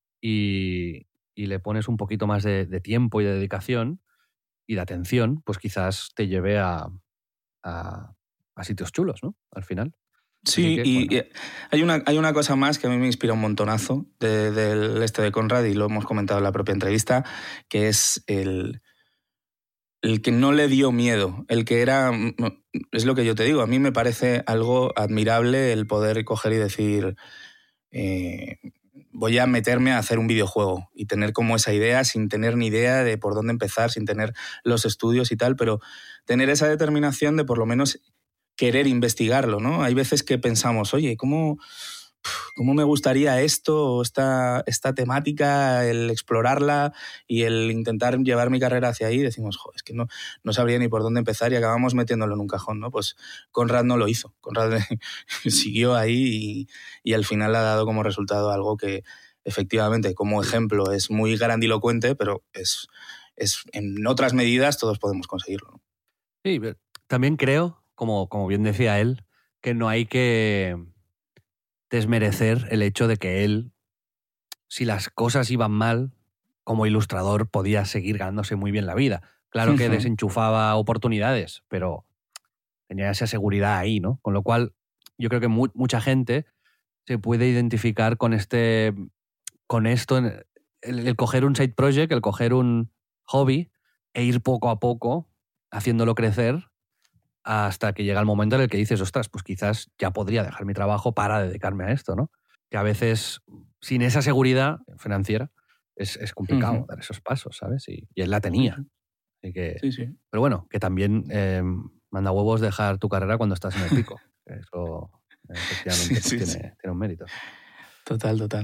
y, y le pones un poquito más de, de tiempo y de dedicación y de atención, pues quizás te lleve a, a, a sitios chulos, ¿no? Al final. Sí, que, y, bueno. y hay, una, hay una cosa más que a mí me inspira un montonazo del de este de Conrad, y lo hemos comentado en la propia entrevista, que es el... el que no le dio miedo, el que era, es lo que yo te digo, a mí me parece algo admirable el poder coger y decir, eh, voy a meterme a hacer un videojuego y tener como esa idea sin tener ni idea de por dónde empezar, sin tener los estudios y tal, pero tener esa determinación de por lo menos querer investigarlo, ¿no? Hay veces que pensamos, oye, ¿cómo... ¿Cómo me gustaría esto, esta, esta temática, el explorarla y el intentar llevar mi carrera hacia ahí? Decimos, joder, es que no, no sabría ni por dónde empezar y acabamos metiéndolo en un cajón, ¿no? Pues Conrad no lo hizo. Conrad siguió ahí y, y al final ha dado como resultado algo que efectivamente, como ejemplo, es muy grandilocuente, pero es, es en otras medidas todos podemos conseguirlo, ¿no? Sí, también creo, como, como bien decía él, que no hay que desmerecer el hecho de que él, si las cosas iban mal, como ilustrador podía seguir ganándose muy bien la vida. Claro que desenchufaba oportunidades, pero tenía esa seguridad ahí, ¿no? Con lo cual, yo creo que mu- mucha gente se puede identificar con este, con esto, el, el coger un side project, el coger un hobby e ir poco a poco haciéndolo crecer hasta que llega el momento en el que dices, ostras, pues quizás ya podría dejar mi trabajo para dedicarme a esto, ¿no? Que a veces, sin esa seguridad financiera, es, es complicado uh-huh. dar esos pasos, ¿sabes? Y, y él la tenía. Uh-huh. Así que, sí, sí. Pero bueno, que también eh, manda huevos dejar tu carrera cuando estás en el pico. Eso, efectivamente, sí, sí, pues, sí. Tiene, tiene un mérito. Total, total.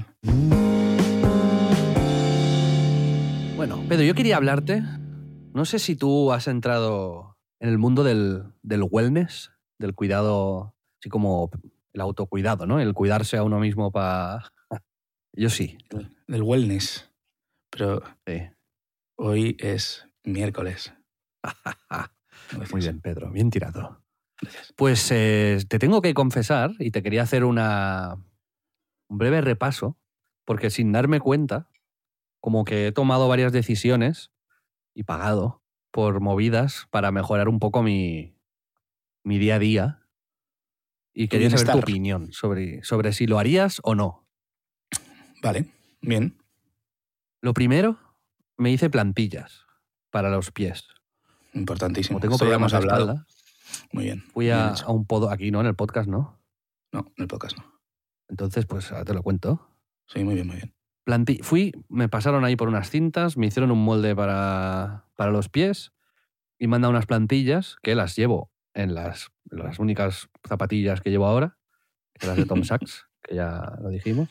Bueno, Pedro, yo quería hablarte, no sé si tú has entrado en el mundo del, del wellness, del cuidado, así como el autocuidado, ¿no? El cuidarse a uno mismo para... Yo sí. Del, del wellness. Pero sí. Hoy es miércoles. Muy bien, Pedro. Bien tirado. Gracias. Pues eh, te tengo que confesar, y te quería hacer una, un breve repaso, porque sin darme cuenta, como que he tomado varias decisiones y pagado por movidas para mejorar un poco mi, mi día a día. Y quería saber tu opinión sobre, sobre si lo harías o no. Vale, bien. Lo primero, me hice plantillas para los pies. Importantísimo. Como tengo problemas de espalda. Muy bien. Fui a, a un podo aquí, ¿no? En el podcast, ¿no? No, en el podcast no. Entonces, pues ahora te lo cuento. Sí, muy bien, muy bien. Planti- Fui, me pasaron ahí por unas cintas, me hicieron un molde para, para los pies y me han dado unas plantillas que las llevo en las, las únicas zapatillas que llevo ahora, que las de Tom Sachs, que ya lo dijimos.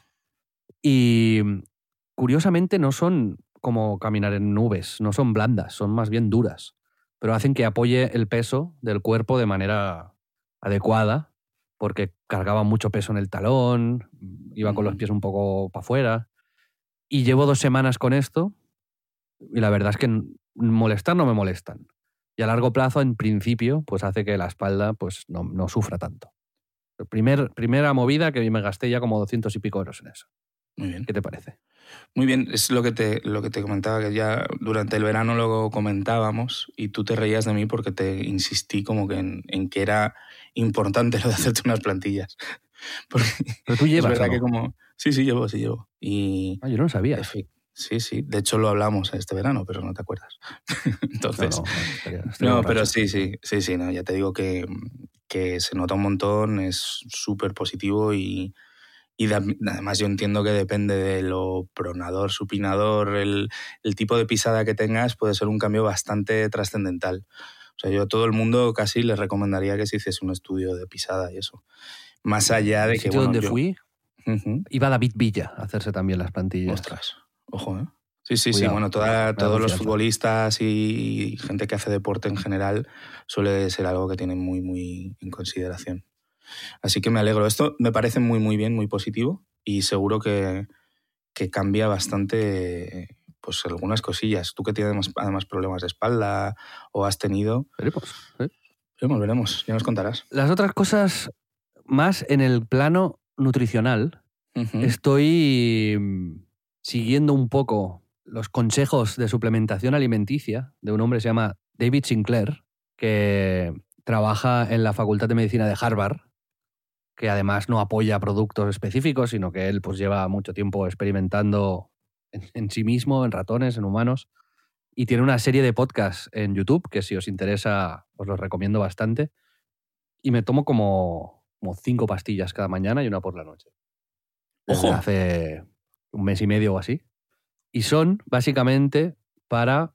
Y curiosamente no son como caminar en nubes, no son blandas, son más bien duras, pero hacen que apoye el peso del cuerpo de manera adecuada, porque cargaba mucho peso en el talón, iba con los pies un poco para afuera. Y llevo dos semanas con esto y la verdad es que molestar no me molestan. Y a largo plazo, en principio, pues hace que la espalda pues, no, no sufra tanto. Primer, primera movida que me gasté ya como doscientos y pico euros en eso. Muy bien. ¿Qué te parece? Muy bien, es lo que te, lo que te comentaba, que ya durante el verano lo comentábamos y tú te reías de mí porque te insistí como que en, en que era importante lo de hacerte unas plantillas. Porque Pero tú llevas, es verdad ¿o no? que como... Sí, sí, llevo, sí llevo. Y... Ah, yo no lo sabía. Sí, sí. De hecho, lo hablamos este verano, pero no te acuerdas. Entonces... No, no, estaría, estaría no borracho. pero sí, sí, sí, sí, no, ya te digo que, que se nota un montón, es súper positivo y, y da, además yo entiendo que depende de lo pronador, supinador, el, el tipo de pisada que tengas, puede ser un cambio bastante trascendental. O sea, yo a todo el mundo casi les recomendaría que se hiciese un estudio de pisada y eso. Más allá de el que, sitio bueno, donde yo... fui, uh-huh. iba David Villa a hacerse también las plantillas. Ostras, ojo, ¿eh? Sí, sí, Cuidado, sí. Bueno, toda, todos los confianza. futbolistas y gente que hace deporte en general suele ser algo que tienen muy, muy en consideración. Así que me alegro. Esto me parece muy, muy bien, muy positivo y seguro que, que cambia bastante pues algunas cosillas. Tú que tienes además problemas de espalda o has tenido... Veremos, ¿eh? Veremos, veremos. Ya nos contarás. Las otras cosas, más en el plano nutricional, Uh-huh. estoy siguiendo un poco los consejos de suplementación alimenticia de un hombre que se llama David Sinclair, que trabaja en la Facultad de Medicina de Harvard, que además no apoya productos específicos, sino que él pues, lleva mucho tiempo experimentando en, en sí mismo, en ratones, en humanos, y tiene una serie de podcasts en YouTube que si os interesa os los recomiendo bastante, y me tomo como, como cinco pastillas cada mañana y una por la noche. Desde ¡Ojo! hace un mes y medio o así. Y son básicamente para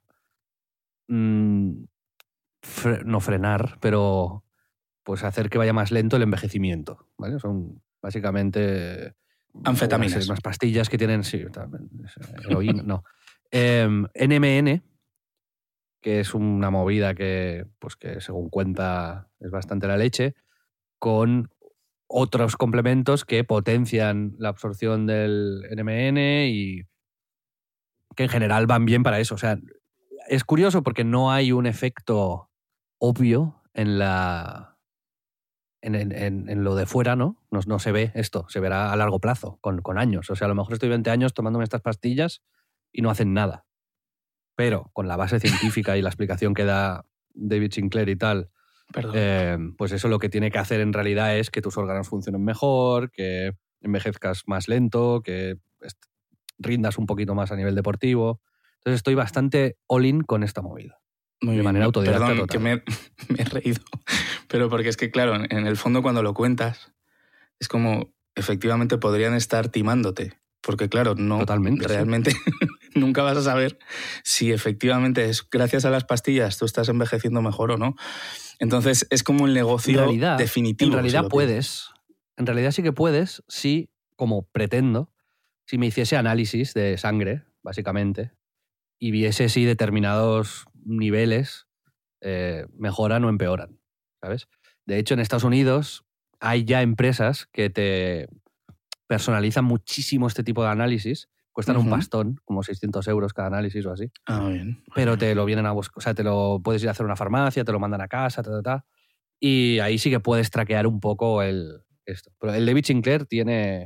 mmm, fre- no frenar, pero pues hacer que vaya más lento el envejecimiento, ¿vale? Son básicamente Anfetaminas. Unas, unas pastillas que tienen, sí, también, heroína, no. Eh, N M N, que es una movida que, pues que según cuenta es bastante la leche, con otros complementos que potencian la absorción del N M N y que en general van bien para eso. O sea, es curioso porque no hay un efecto obvio en la en, en, en lo de fuera, ¿no? ¿no? No se ve esto, se verá a largo plazo, con, con años. O sea, a lo mejor estoy veinte años tomándome estas pastillas y no hacen nada. Pero con la base científica y la explicación que da David Sinclair y tal, eh, pues eso lo que tiene que hacer en realidad es que tus órganos funcionen mejor, que envejezcas más lento, que rindas un poquito más a nivel deportivo. Entonces estoy bastante all-in con esta movida. Muy de bien, manera autodidacta perdón, total. que me, me he reído. Pero porque es que, claro, en el fondo cuando lo cuentas, es como, efectivamente podrían estar timándote. Porque, claro, no Totalmente, realmente sí. nunca vas a saber si efectivamente es gracias a las pastillas tú estás envejeciendo mejor o no. Entonces es como el negocio en realidad, definitivo. En realidad si puedes. En realidad sí que puedes si, como pretendo, si me hiciese análisis de sangre, básicamente, y viese si determinados niveles eh, mejoran o empeoran, ¿sabes? De hecho, en Estados Unidos hay ya empresas que te personalizan muchísimo este tipo de análisis. Cuestan Uh-huh. un pastón, como seiscientos euros cada análisis o así. Ah, bien. Pero te lo vienen a buscar, o sea, te lo puedes ir a hacer a una farmacia, te lo mandan a casa, ta, ta, ta, y ahí sí que puedes traquear un poco el esto. Pero el David Sinclair tiene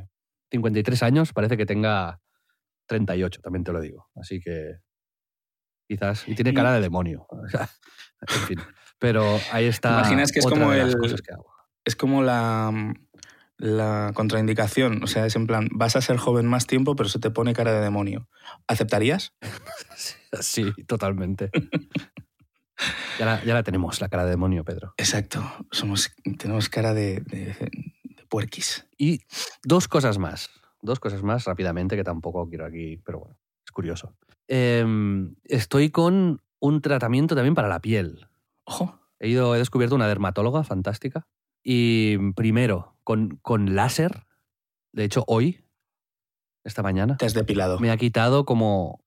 cincuenta y tres años, parece que tenga treinta y ocho, también te lo digo. Así que quizás... Y tiene cara de demonio. O sea, en fin. Pero ahí está. Imaginas que es otra como de las el... cosas que hago. Es como la, la contraindicación. O sea, es en plan, vas a ser joven más tiempo, pero se te pone cara de demonio. ¿Aceptarías? Sí, totalmente. Ya la, ya la tenemos, la cara de demonio, Pedro. Exacto. Somos, tenemos cara de, de, de puerquis. Y dos cosas más. Dos cosas más rápidamente, que tampoco quiero aquí, pero bueno, es curioso. Eh, estoy con un tratamiento también para la piel. Ojo. He ido, he descubierto una dermatóloga fantástica. Y primero, con, con láser. De hecho, hoy, esta mañana, Te has depilado. me ha quitado como...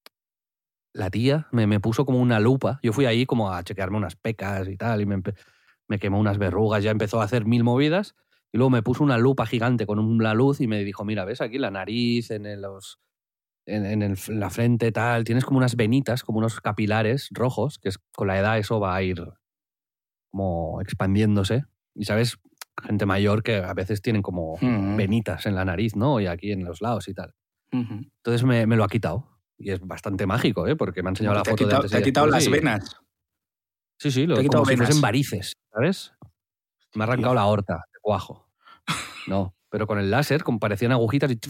La tía me, me puso como una lupa. Yo fui ahí como a chequearme unas pecas y tal, y me, me quemó unas verrugas, ya empezó a hacer mil movidas, y luego me puso una lupa gigante con una luz y me dijo, mira, ¿ves aquí la nariz, en, el, los, en, en, el, en la frente, tal? Tienes como unas venitas, como unos capilares rojos, que es, con la edad eso va a ir como expandiéndose. Y, ¿sabes? Gente mayor que a veces tienen como uh-huh. venitas en la nariz, ¿no? Y aquí en los lados y tal. Uh-huh. Entonces me, me lo ha quitado. Y es bastante mágico, ¿eh? Porque me ha enseñado la foto quitado, de antes. ¿Te ha quitado las y... venas? Sí, sí, lo, como si fuesen varices, ¿sabes? Me ha arrancado Tío. la aorta de cuajo. No, pero con el láser, como parecían agujitas y...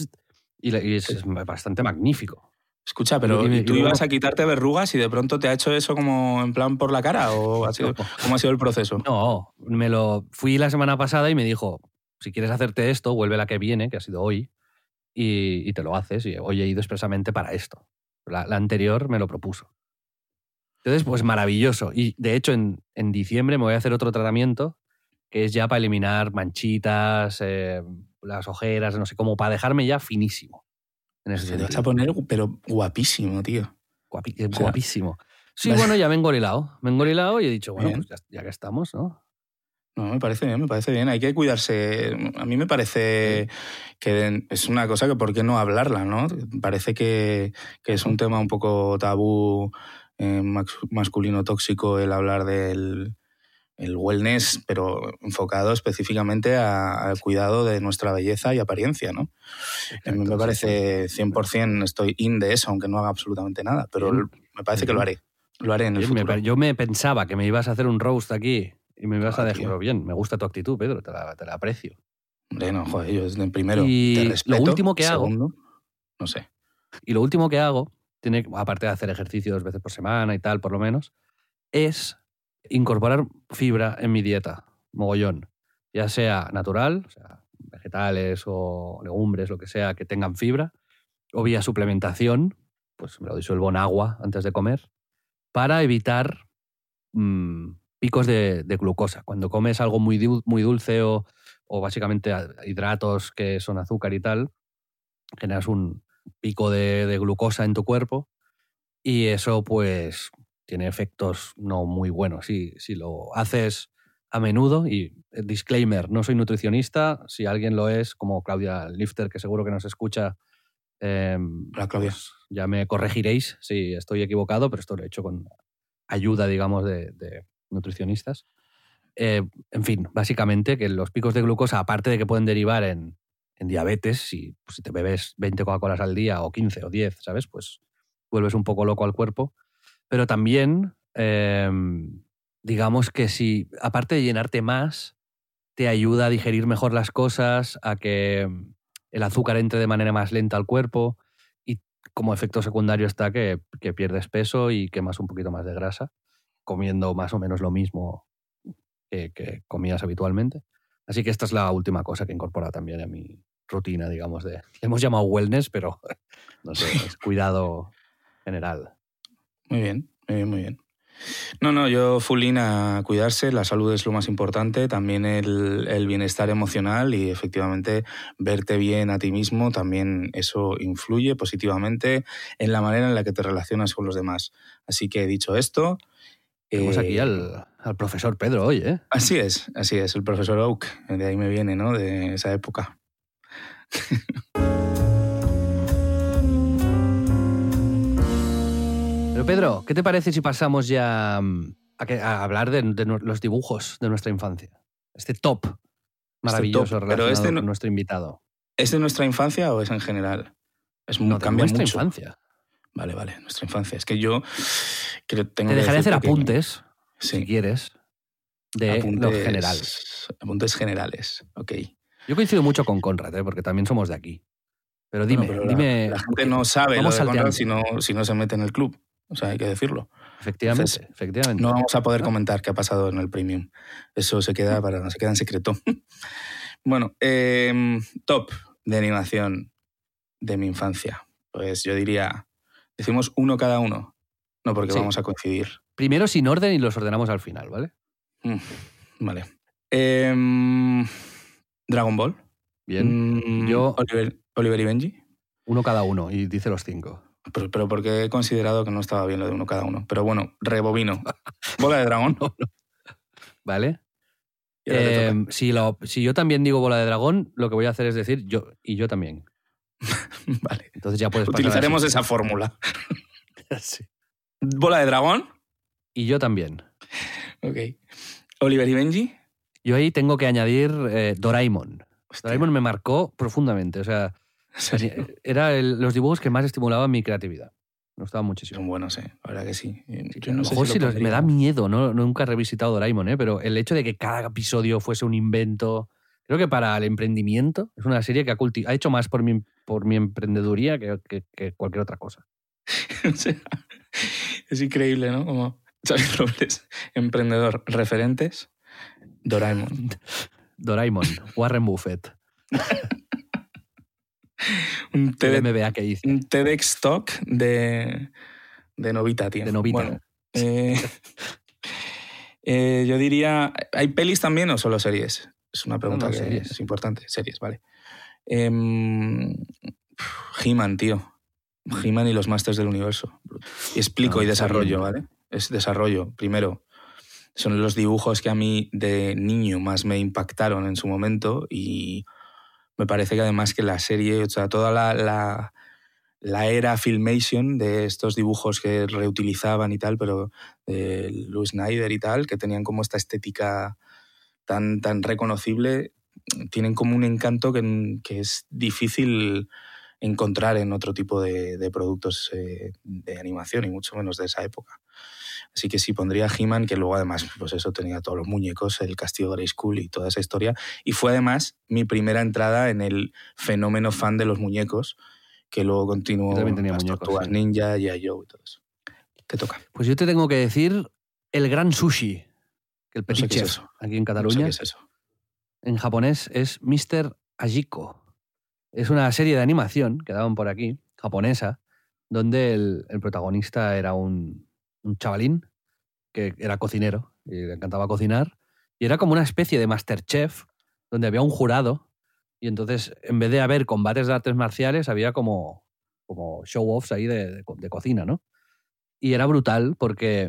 Y, y es, es bastante magnífico. Escucha, pero y, y, ¿tú y ibas a quitarte verrugas y de pronto te ha hecho eso como en plan por la cara? ¿O ha sido, no. cómo ha sido el proceso? No, me lo fui la semana pasada y me dijo, si quieres hacerte esto, vuelve la que viene, que ha sido hoy, y, y te lo haces. Y hoy he ido expresamente para esto. La, la anterior me lo propuso. Entonces, pues maravilloso. Y de hecho, en, en diciembre me voy a hacer otro tratamiento que es ya para eliminar manchitas, eh, las ojeras, no sé, como para dejarme ya finísimo. En ese Te vas a poner, pero guapísimo, tío. Guapi, o sea, guapísimo. Sí, vale. Bueno, ya me he engorilado. Me he engorilado y he dicho, bueno, bien. pues ya, ya que estamos, ¿no? No, me parece bien, me parece bien. Hay que cuidarse. A mí me parece que es una cosa que por qué no hablarla, ¿no? Parece que, que es un tema un poco tabú, eh, masculino tóxico, el hablar del el wellness, pero enfocado específicamente a, al cuidado de nuestra belleza y apariencia, ¿no? Exacto, a mí me parece cien por ciento estoy in de eso, aunque no haga absolutamente nada, pero bien. me parece bien. que lo haré. Lo haré en el bien, futuro. Me, yo me pensaba que me ibas a hacer un roast aquí y me ibas ah, a dejar tío. bien. Me gusta tu actitud, Pedro, te la, te la aprecio. Hombre, no, joder, yo desde el primero y te respeto, lo último que segundo, hago, no sé. Y lo último que hago, tiene, aparte de hacer ejercicio dos veces por semana y tal, por lo menos, es incorporar fibra en mi dieta, mogollón. Ya sea natural, o sea, vegetales o legumbres, lo que sea, que tengan fibra, o vía suplementación, pues me lo disuelvo en agua antes de comer, para evitar mmm, picos de, de glucosa. Cuando comes algo muy, muy dulce o, o básicamente hidratos que son azúcar y tal, generas un pico de, de glucosa en tu cuerpo y eso pues tiene efectos no muy buenos. Si, si lo haces a menudo, y disclaimer, no soy nutricionista, si alguien lo es, como Claudia Lifter, que seguro que nos escucha, eh, Hola, Claudia. Pues ya me corregiréis si estoy equivocado, pero esto lo he hecho con ayuda, digamos, de, de nutricionistas. Eh, en fin, básicamente que los picos de glucosa, aparte de que pueden derivar en, en diabetes, si, pues, si te bebes veinte Coca-Colas al día o quince o diez, ¿sabes? Pues vuelves un poco loco al cuerpo. Pero también, eh, digamos que si, aparte de llenarte más, te ayuda a digerir mejor las cosas, a que el azúcar entre de manera más lenta al cuerpo, y como efecto secundario está que, que pierdes peso y quemas un poquito más de grasa, comiendo más o menos lo mismo que, que comías habitualmente. Así que esta es la última cosa que he incorporado también a mi rutina, digamos, de... Le hemos llamado wellness, pero no sé, es cuidado general. Muy bien, muy bien, muy bien. No, no, yo full in a cuidarse, la salud es lo más importante, también el, el bienestar emocional y efectivamente verte bien a ti mismo, también eso influye positivamente en la manera en la que te relacionas con los demás. Así que dicho esto... Tenemos eh, aquí al, al profesor Pedro hoy, ¿eh? Así es, así es, el profesor Oak, de ahí me viene, ¿no? De esa época. Pero Pedro, ¿qué te parece si pasamos ya a, que, a hablar de, de los dibujos de nuestra infancia? Este top maravilloso este top, relacionado pero este no, con nuestro invitado. ¿Es de nuestra infancia o es en general? Es no, de nuestra mucho. infancia. Vale, vale, nuestra infancia. Es que yo creo, tengo Te dejaré hacer que... apuntes, sí. si quieres, de apuntes, lo general. Apuntes generales, ok. Yo coincido mucho con Conrad, ¿eh? Porque también somos de aquí. Pero dime, bueno, pero dime... La, la gente no sabe lo de Conrad si no, si no se mete en el club. O sea, hay que decirlo. Efectivamente, Entonces, efectivamente. No vamos a poder comentar qué ha pasado en el Premium. Eso se queda, para, se queda en secreto. Bueno, eh, top de animación de mi infancia. Pues yo diría, decimos uno cada uno. No, porque sí. Vamos a coincidir. Primero sin orden y los ordenamos al final, ¿vale? Mm, vale. Eh, Dragon Ball. Bien. Mm, yo... Oliver, Oliver y Benji. Uno cada uno y dice los cinco. Pero, pero porque he considerado que no estaba bien lo de uno cada uno. Pero bueno, rebobino. Bola de dragón. No, no. Vale. Eh, si, lo, si yo también digo bola de dragón, lo que voy a hacer es decir yo y yo también. Vale. Entonces ya puedes pasar. Utilizaremos esa fórmula. Sí. Bola de dragón. Y yo también. Ok. Oliver y Benji. Yo ahí tengo que añadir eh, Doraemon. Hostia. Doraemon me marcó profundamente. O sea, era el, los dibujos que más estimulaban mi creatividad. Me gustaban muchísimo. Son buenos, ¿eh? La verdad que sí. sí yo no sé si, si los, me da miedo, ¿no? Nunca he revisitado Doraemon, ¿eh? Pero el hecho de que cada episodio fuese un invento... Creo que para el emprendimiento es una serie que ha, culti- ha hecho más por mi, por mi emprendeduría que, que, que cualquier otra cosa. O sea, es increíble, ¿no? Como Xavi Robles, emprendedor, referentes, Doraemon. Doraemon, Warren Buffett. un, TED, M B A que hice. un TEDx Talk de, de Novita, tío. De Novita. Bueno, eh, eh, yo diría, ¿hay pelis también o solo series? Es una pregunta no, no, que series. Es importante. Series, vale. Eh, He-Man, tío. He-Man y los Masters del Universo. Y explico no, y desarrollo, ¿vale? Es desarrollo. Primero, son los dibujos que a mí de niño más me impactaron en su momento y me parece que además que la serie, o sea, toda la, la, la era Filmation de estos dibujos que reutilizaban y tal, pero de Louis Snyder y tal, que tenían como esta estética tan, tan reconocible, tienen como un encanto que, que es difícil encontrar en otro tipo de, de productos eh, de animación y mucho menos de esa época. Así que sí, pondría He-Man, que luego además, pues eso, tenía todos los muñecos, el castillo de Grayskull y toda esa historia. Y fue además mi primera entrada en el fenómeno fan de los muñecos, que luego continuó las Tortugas Ninja, G I. Joe y todo eso. Te toca. Pues yo te tengo que decir el gran sushi, el petit no sé chef, es eso. aquí en Cataluña. No sé qué es eso. En japonés es mister Ajiko. Es una serie de animación que daban por aquí, japonesa, donde el, el protagonista era un, un chavalín que era cocinero y le encantaba cocinar. Y era como una especie de Masterchef donde había un jurado y entonces en vez de haber combates de artes marciales había como, como show-offs ahí de, de, de cocina, ¿no? Y era brutal porque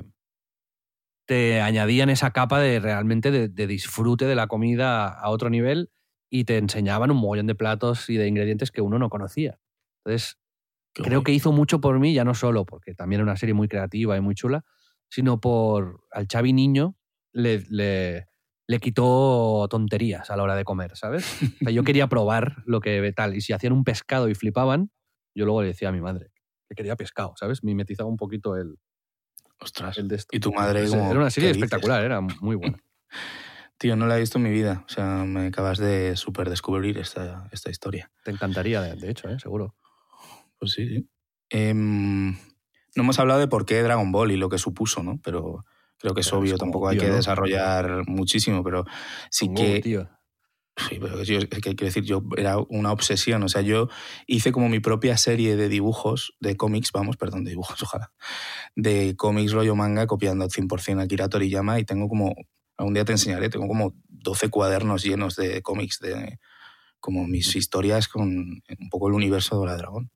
te añadían esa capa de realmente de, de disfrute de la comida a otro nivel y te enseñaban un mogollón de platos y de ingredientes que uno no conocía. Entonces, Qué creo guay. que hizo mucho por mí, ya no solo porque también era una serie muy creativa y muy chula, sino por al Xavi niño le, le, le quitó tonterías a la hora de comer, ¿sabes? O sea, yo quería probar lo que tal, y si hacían un pescado y flipaban, yo luego le decía a mi madre que quería pescado, ¿sabes? Mimetizaba un poquito el... Ostras, el de esto. Y tu madre... Como, era una serie espectacular, era muy buena. Tío, no la he visto en mi vida. O sea, me acabas de súper descubrir esta, esta historia. Te encantaría, de, de hecho, ¿eh? Seguro. Pues sí, sí. Eh, no hemos hablado de por qué Dragon Ball y lo que supuso, ¿no? Pero creo que es pero obvio, es tampoco hay tío, que ¿no? desarrollar muchísimo, pero sí como, que... Tío. Sí, pero yo, es que quiero decir, yo era una obsesión. O sea, yo hice como mi propia serie de dibujos, de cómics, vamos, perdón, de dibujos, ojalá, de cómics rollo manga, copiando al cien por ciento a Akira Toriyama, y tengo como... Algún día te enseñaré, tengo como doce cuadernos llenos de cómics, de como mis historias con un poco el universo de la Dragón.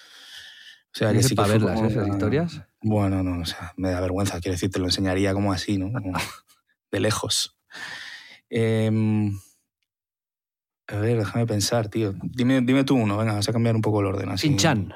O sea, que sí para que verlas, como, esas historias. Bueno, no, o sea, me da vergüenza, quiero decir, te lo enseñaría como así, ¿no? Como de lejos. Eh, a ver, déjame pensar, tío. Dime, dime tú uno, venga, vas a cambiar un poco el orden. Así. Shin-Chan.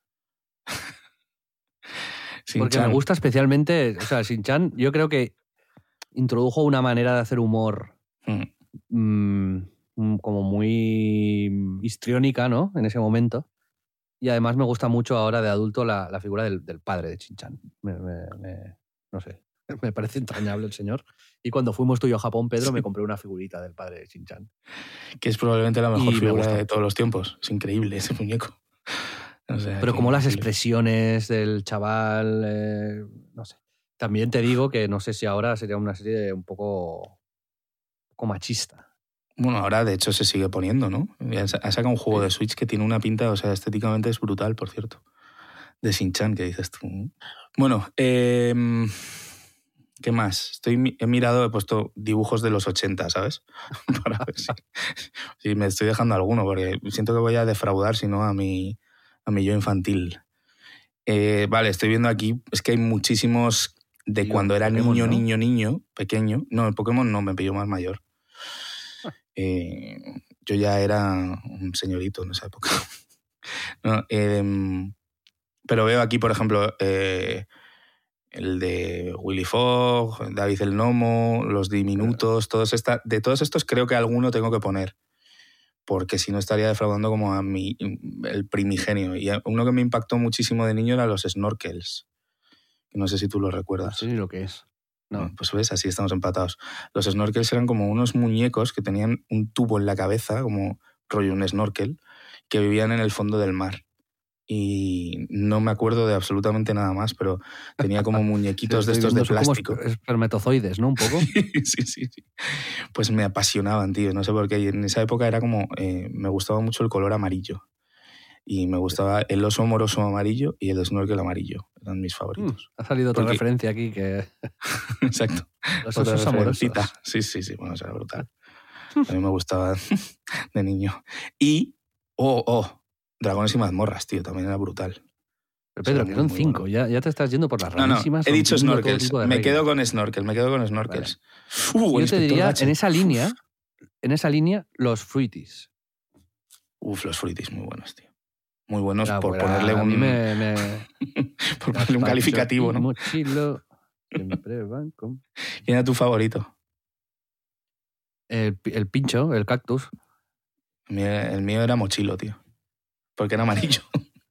Porque me gusta especialmente, o sea, Shin-Chan, yo creo que introdujo una manera de hacer humor mm. Mmm, como muy histriónica, ¿no? En ese momento. Y además me gusta mucho ahora de adulto la, la figura del, del padre de Shin-chan. Me, me, me, no sé, me parece entrañable el señor. Y cuando fuimos tú y yo a Japón, Pedro, sí. me compré una figurita del padre de Shin-chan. Que es probablemente la mejor y figura de todos los tiempos. Es increíble ese muñeco. O sea, pero como las expresiones del chaval, eh, no sé. También te digo que no sé si ahora sería una serie un poco, un poco machista. Bueno, ahora de hecho se sigue poniendo, ¿no? Ha sacado un juego sí. de Switch que tiene una pinta, o sea, estéticamente es brutal, por cierto. De Shin-chan, que dices tú. Bueno, eh, ¿qué más? Estoy, he mirado, he puesto dibujos de los ochenta, ¿sabes? Para ver si, si me estoy dejando alguno, porque siento que voy a defraudar, si no, a mi, a mi yo infantil. Eh, vale, estoy viendo aquí, es que hay muchísimos de Tío, cuando era Pokémon, niño, ¿no? niño, niño, pequeño. No, el Pokémon no, me pilló más mayor. Eh, yo ya era un señorito en esa época. no, eh, pero veo aquí, por ejemplo, eh, el de Willy Fogg, David el Gnomo, los diminutos, todos esta, de todos estos creo que alguno tengo que poner, porque si no estaría defraudando como a mi, el primigenio. Y uno que me impactó muchísimo de niño era los Snorkels. No sé si tú lo recuerdas. No sé ni lo que es. No, pues ves, así estamos empatados. Los snorkels eran como unos muñecos que tenían un tubo en la cabeza, como rollo un snorkel, que vivían en el fondo del mar. Y no me acuerdo de absolutamente nada más, pero tenía como muñequitos sí, de estos de plástico. Como espermatozoides, ¿no? Un poco. sí, sí, sí. Pues me apasionaban, tío. No sé por qué. En esa época era como... Eh, me gustaba mucho el color amarillo. Y me gustaba el oso moroso amarillo y el snorkel amarillo. Eran mis favoritos. Mm, ha salido otra Porque... referencia aquí que... Exacto. Los otra osos amorosos. Sí, sí, sí. Bueno, era brutal. A mí me gustaba de niño. Y... Oh, oh. Dragones y mazmorras, tío. También era brutal. Pero Pedro, que son cinco. Ya, ya te estás yendo por las rarísimas. No, no. He dicho snorkels. Me quedo con snorkel. Me quedo con snorkels. Vale. Uh, Yo te diría, Gache. en esa línea, en esa línea, los fruities. Uf, los fruities muy buenos, tío. Muy buenos claro, por pues ponerle a un... mí me, me... por ponerle un calificativo, ¿no? Mochilo, siempre van con... ¿Quién era tu favorito? El, el pincho, el cactus. El mío, el mío era mochilo, tío. Porque era amarillo.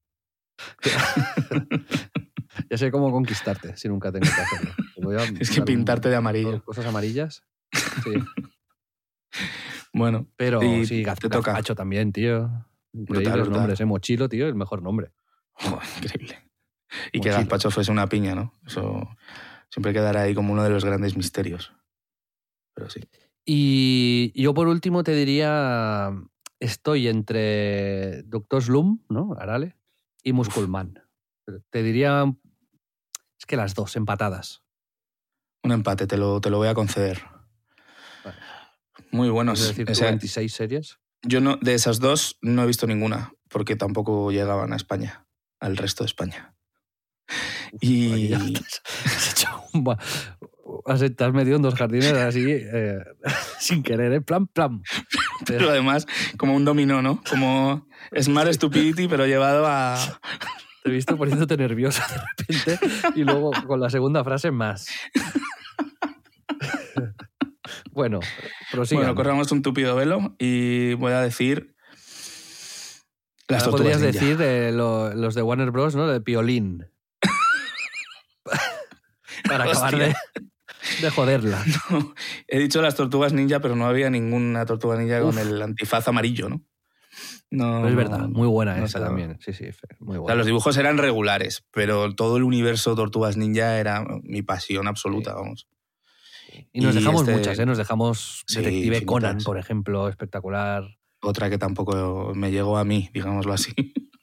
Ya sé cómo conquistarte si nunca tengo que hacerlo. Voy a es que pintarte un... de amarillo. Cosas amarillas. Sí. Bueno. Pero y sí, te toca. Gazpacho también, tío. Increíbles brutal, brutal. nombres, ¿eh? Mochilo, tío, el mejor nombre. Oh, increíble. Y Mochilo. Que Gazpacho fuese una piña, ¿no? Eso siempre quedará ahí como uno de los grandes misterios. Pero sí. Y yo por último te diría, estoy entre Doctor Slump, ¿no? Arale, y Musculman. Uf. Te diría, es que las dos empatadas. Un empate, te lo, te lo voy a conceder. Vale. Muy buenos. Es decir, o sea, veintiséis series. Yo no, de esas dos no he visto ninguna, porque tampoco llegaban a España, al resto de España. Uf, y... Has, has, hecho un... has, te has metido en dos jardines así, eh, sin querer, ¿eh? Plan, plan. Pero además, como un dominó, ¿no? Como Smart Stupidity, pero llevado a... Te he visto poniéndote nerviosa de repente y luego con la segunda frase más. Bueno, prosigan. Bueno, corramos un tupido velo y voy a decir... Las Ahora podrías ninja. decir eh, lo, los de Warner Bros, ¿no? De Piolín. Para acabar de, de joderla. No, he dicho las tortugas ninja, pero no había ninguna tortuga ninja Uf. Con el antifaz amarillo, ¿no? No, es verdad, muy buena no esa también. Sí, sí, muy buena. O sea, los dibujos eran regulares, pero todo el universo Tortugas Ninja era mi pasión absoluta, sí. Vamos. Y nos y dejamos este... muchas, ¿eh? Nos dejamos sí, Detective infinitas. Conan, por ejemplo, espectacular. Otra que tampoco me llegó a mí, digámoslo así.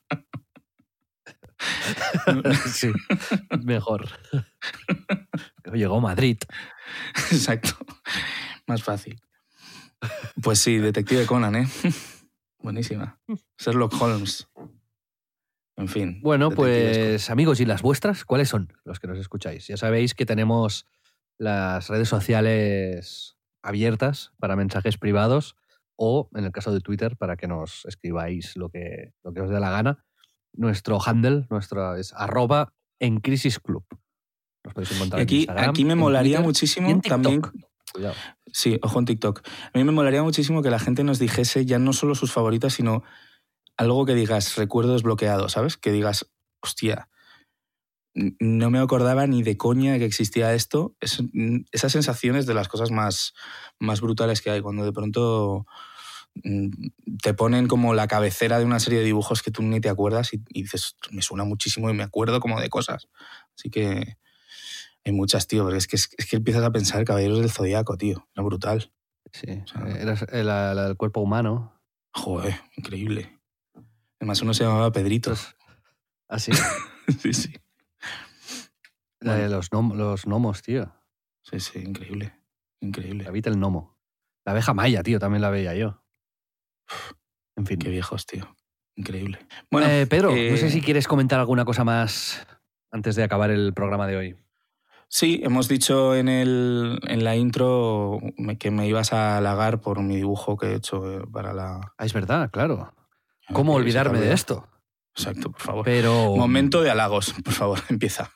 Sí, mejor. Llegó a Madrid. Exacto, más fácil. Pues sí, Detective Conan, ¿eh? Buenísima. Sherlock Holmes. En fin. Bueno, pues amigos, ¿y las vuestras? ¿Cuáles son los que nos escucháis? Ya sabéis que tenemos las redes sociales abiertas para mensajes privados o, en el caso de Twitter, para que nos escribáis lo que, lo que os dé la gana. Nuestro handle nuestro es arroba en Crisis Club. Nos podéis encontrar aquí, en Instagram. Aquí me molaría Twitter, muchísimo también... Cuidado. Sí, ojo en TikTok. A mí me molaría muchísimo que la gente nos dijese ya no solo sus favoritas, sino algo que digas, recuerdo desbloqueado, ¿sabes? Que digas, hostia, no me acordaba ni de coña que existía esto. Es, esa sensación es de las cosas más, más brutales que hay, cuando de pronto te ponen como la cabecera de una serie de dibujos que tú ni te acuerdas y, y dices, me suena muchísimo y me acuerdo como de cosas. Así que hay muchas, tío, porque es que, es, es que empiezas a pensar Caballeros del Zodíaco, tío. Era brutal. Sí, o sea, era la, la del cuerpo humano. Joder, increíble. Además uno se llamaba Pedrito. ¿Ah, sí? Sí, sí. La de los, nom los gnomos, tío. Sí, sí, increíble. Increíble. Habita el gnomo. La abeja maya, tío, también la veía yo. En fin. Qué viejos, tío. Increíble. Bueno, eh, Pedro, eh... no sé si quieres comentar alguna cosa más antes de acabar el programa de hoy. Sí, hemos dicho en, el, en la intro que me ibas a halagar por mi dibujo que he hecho para la... Ah, es verdad, claro. ¿Cómo olvidarme de esto? Exacto, por favor. Pero... Momento de halagos, por favor, empieza.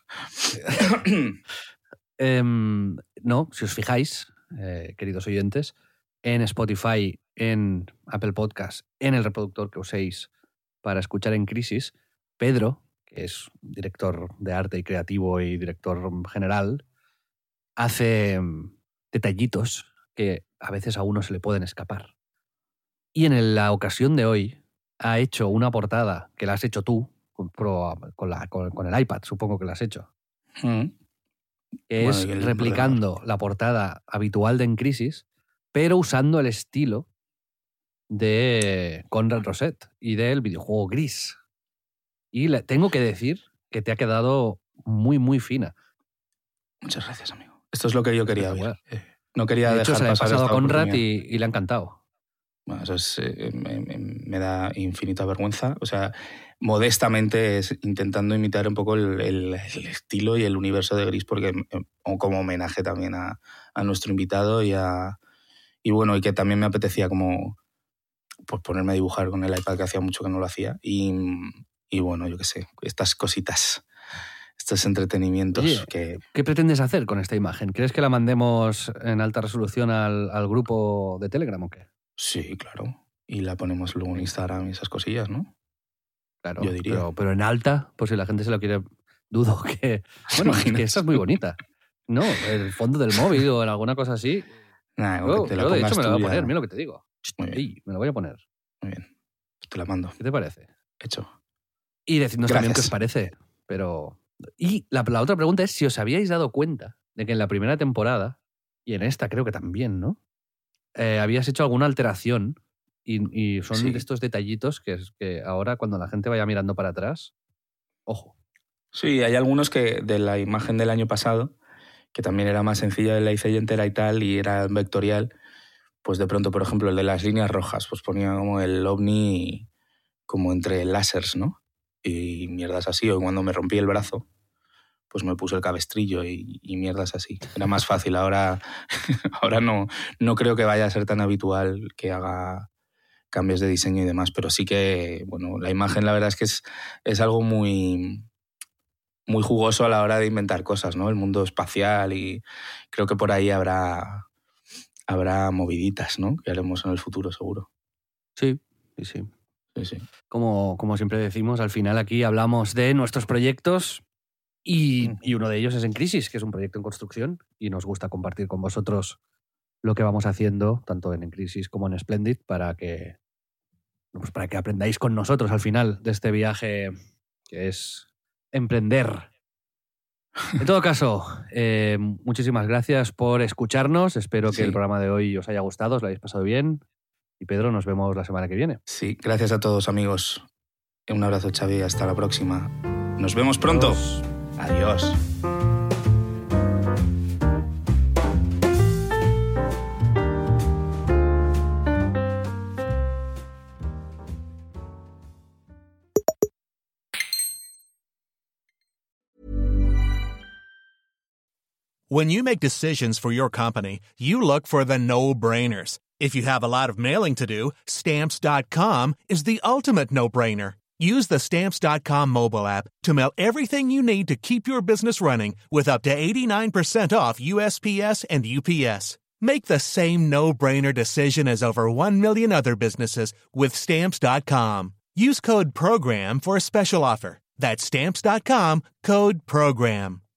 eh, no, si os fijáis, eh, queridos oyentes, en Spotify, en Apple Podcast, en el reproductor que uséis para escuchar En Crisis, Pedro, que es director de arte y creativo y director general, hace detallitos que a veces a uno se le pueden escapar. Y en la ocasión de hoy ha hecho una portada que la has hecho tú, con, la, con, con el iPad, supongo que la has hecho, mm. que es bueno, replicando la portada habitual de En Crisis, pero usando el estilo de Conrad Roset y del videojuego Gris. Y le tengo que decir que te ha quedado muy, muy fina. Muchas gracias, amigo. Esto es lo que yo quería ver. Eh, no quería de dejar hecho, se le ha pasar pasado esta a Conrad y, y le ha encantado. Bueno, eso es, eh, me, me da infinita vergüenza. O sea, modestamente es intentando imitar un poco el, el, el estilo y el universo de Gris, porque como homenaje también a, a nuestro invitado y a... Y bueno, y que también me apetecía como pues ponerme a dibujar con el iPad, que hacía mucho que no lo hacía. Y... Y bueno, yo qué sé, estas cositas, estos entretenimientos. Oye, que... ¿qué pretendes hacer con esta imagen? ¿Crees que la mandemos en alta resolución al, al grupo de Telegram o qué? Sí, claro. Y la ponemos luego en Instagram y esas cosillas, ¿no? Claro, yo diría. Pero, pero en alta, por si la gente se lo quiere... Dudo que... Bueno, es que esta es muy bonita. No, el fondo del móvil o en alguna cosa así. Nah, yo, que te la yo de hecho me la voy a ya... poner, mira lo que te digo. Muy bien. Ey, me la voy a poner. Muy bien. Te la mando. ¿Qué te parece? Hecho. Y decidnos Gracias. También qué os parece. Pero... Y la, la otra pregunta es si os habíais dado cuenta de que en la primera temporada, y en esta creo que también, ¿no? Eh, habías hecho alguna alteración y, y son sí. de estos detallitos que, es, que ahora cuando la gente vaya mirando para atrás, ojo. Sí, hay algunos que de la imagen del año pasado, que también era más sencilla, la hice entera y tal, y era vectorial, pues de pronto, por ejemplo, el de las líneas rojas, pues ponía como el ovni como entre láseres, ¿no? Y mierdas así, o cuando me rompí el brazo, pues me puso el cabestrillo y, y mierdas así. Era más fácil. Ahora, ahora no, no creo que vaya a ser tan habitual que haga cambios de diseño y demás, pero sí que, bueno, la imagen la verdad es que es, es algo muy, muy jugoso a la hora de inventar cosas, ¿no? El mundo espacial, y creo que por ahí habrá, habrá moviditas, ¿no? Que haremos en el futuro, seguro. Sí, sí, sí. Sí, sí. Como, como siempre decimos, al final aquí hablamos de nuestros proyectos y, y uno de ellos es En Crisis, que es un proyecto en construcción y nos gusta compartir con vosotros lo que vamos haciendo, tanto en En Crisis como en Splendid, para que, pues para que aprendáis con nosotros al final de este viaje que es emprender. En todo caso, eh, muchísimas gracias por escucharnos. Espero que sí. el programa de hoy os haya gustado, os lo hayáis pasado bien. Y Pedro, nos vemos la semana que viene. Sí, gracias a todos, amigos. Un abrazo, Xavi, hasta la próxima. Nos vemos pronto. Adiós. Adiós. When you make decisions for your company, you look for the no-brainers. If you have a lot of mailing to do, Stamps dot com is the ultimate no-brainer. Use the Stamps dot com mobile app to mail everything you need to keep your business running with up to eighty-nine percent off U S P S and U P S. Make the same no-brainer decision as over one million other businesses with Stamps dot com. Use code PROGRAM for a special offer. That's Stamps dot com, code PROGRAM.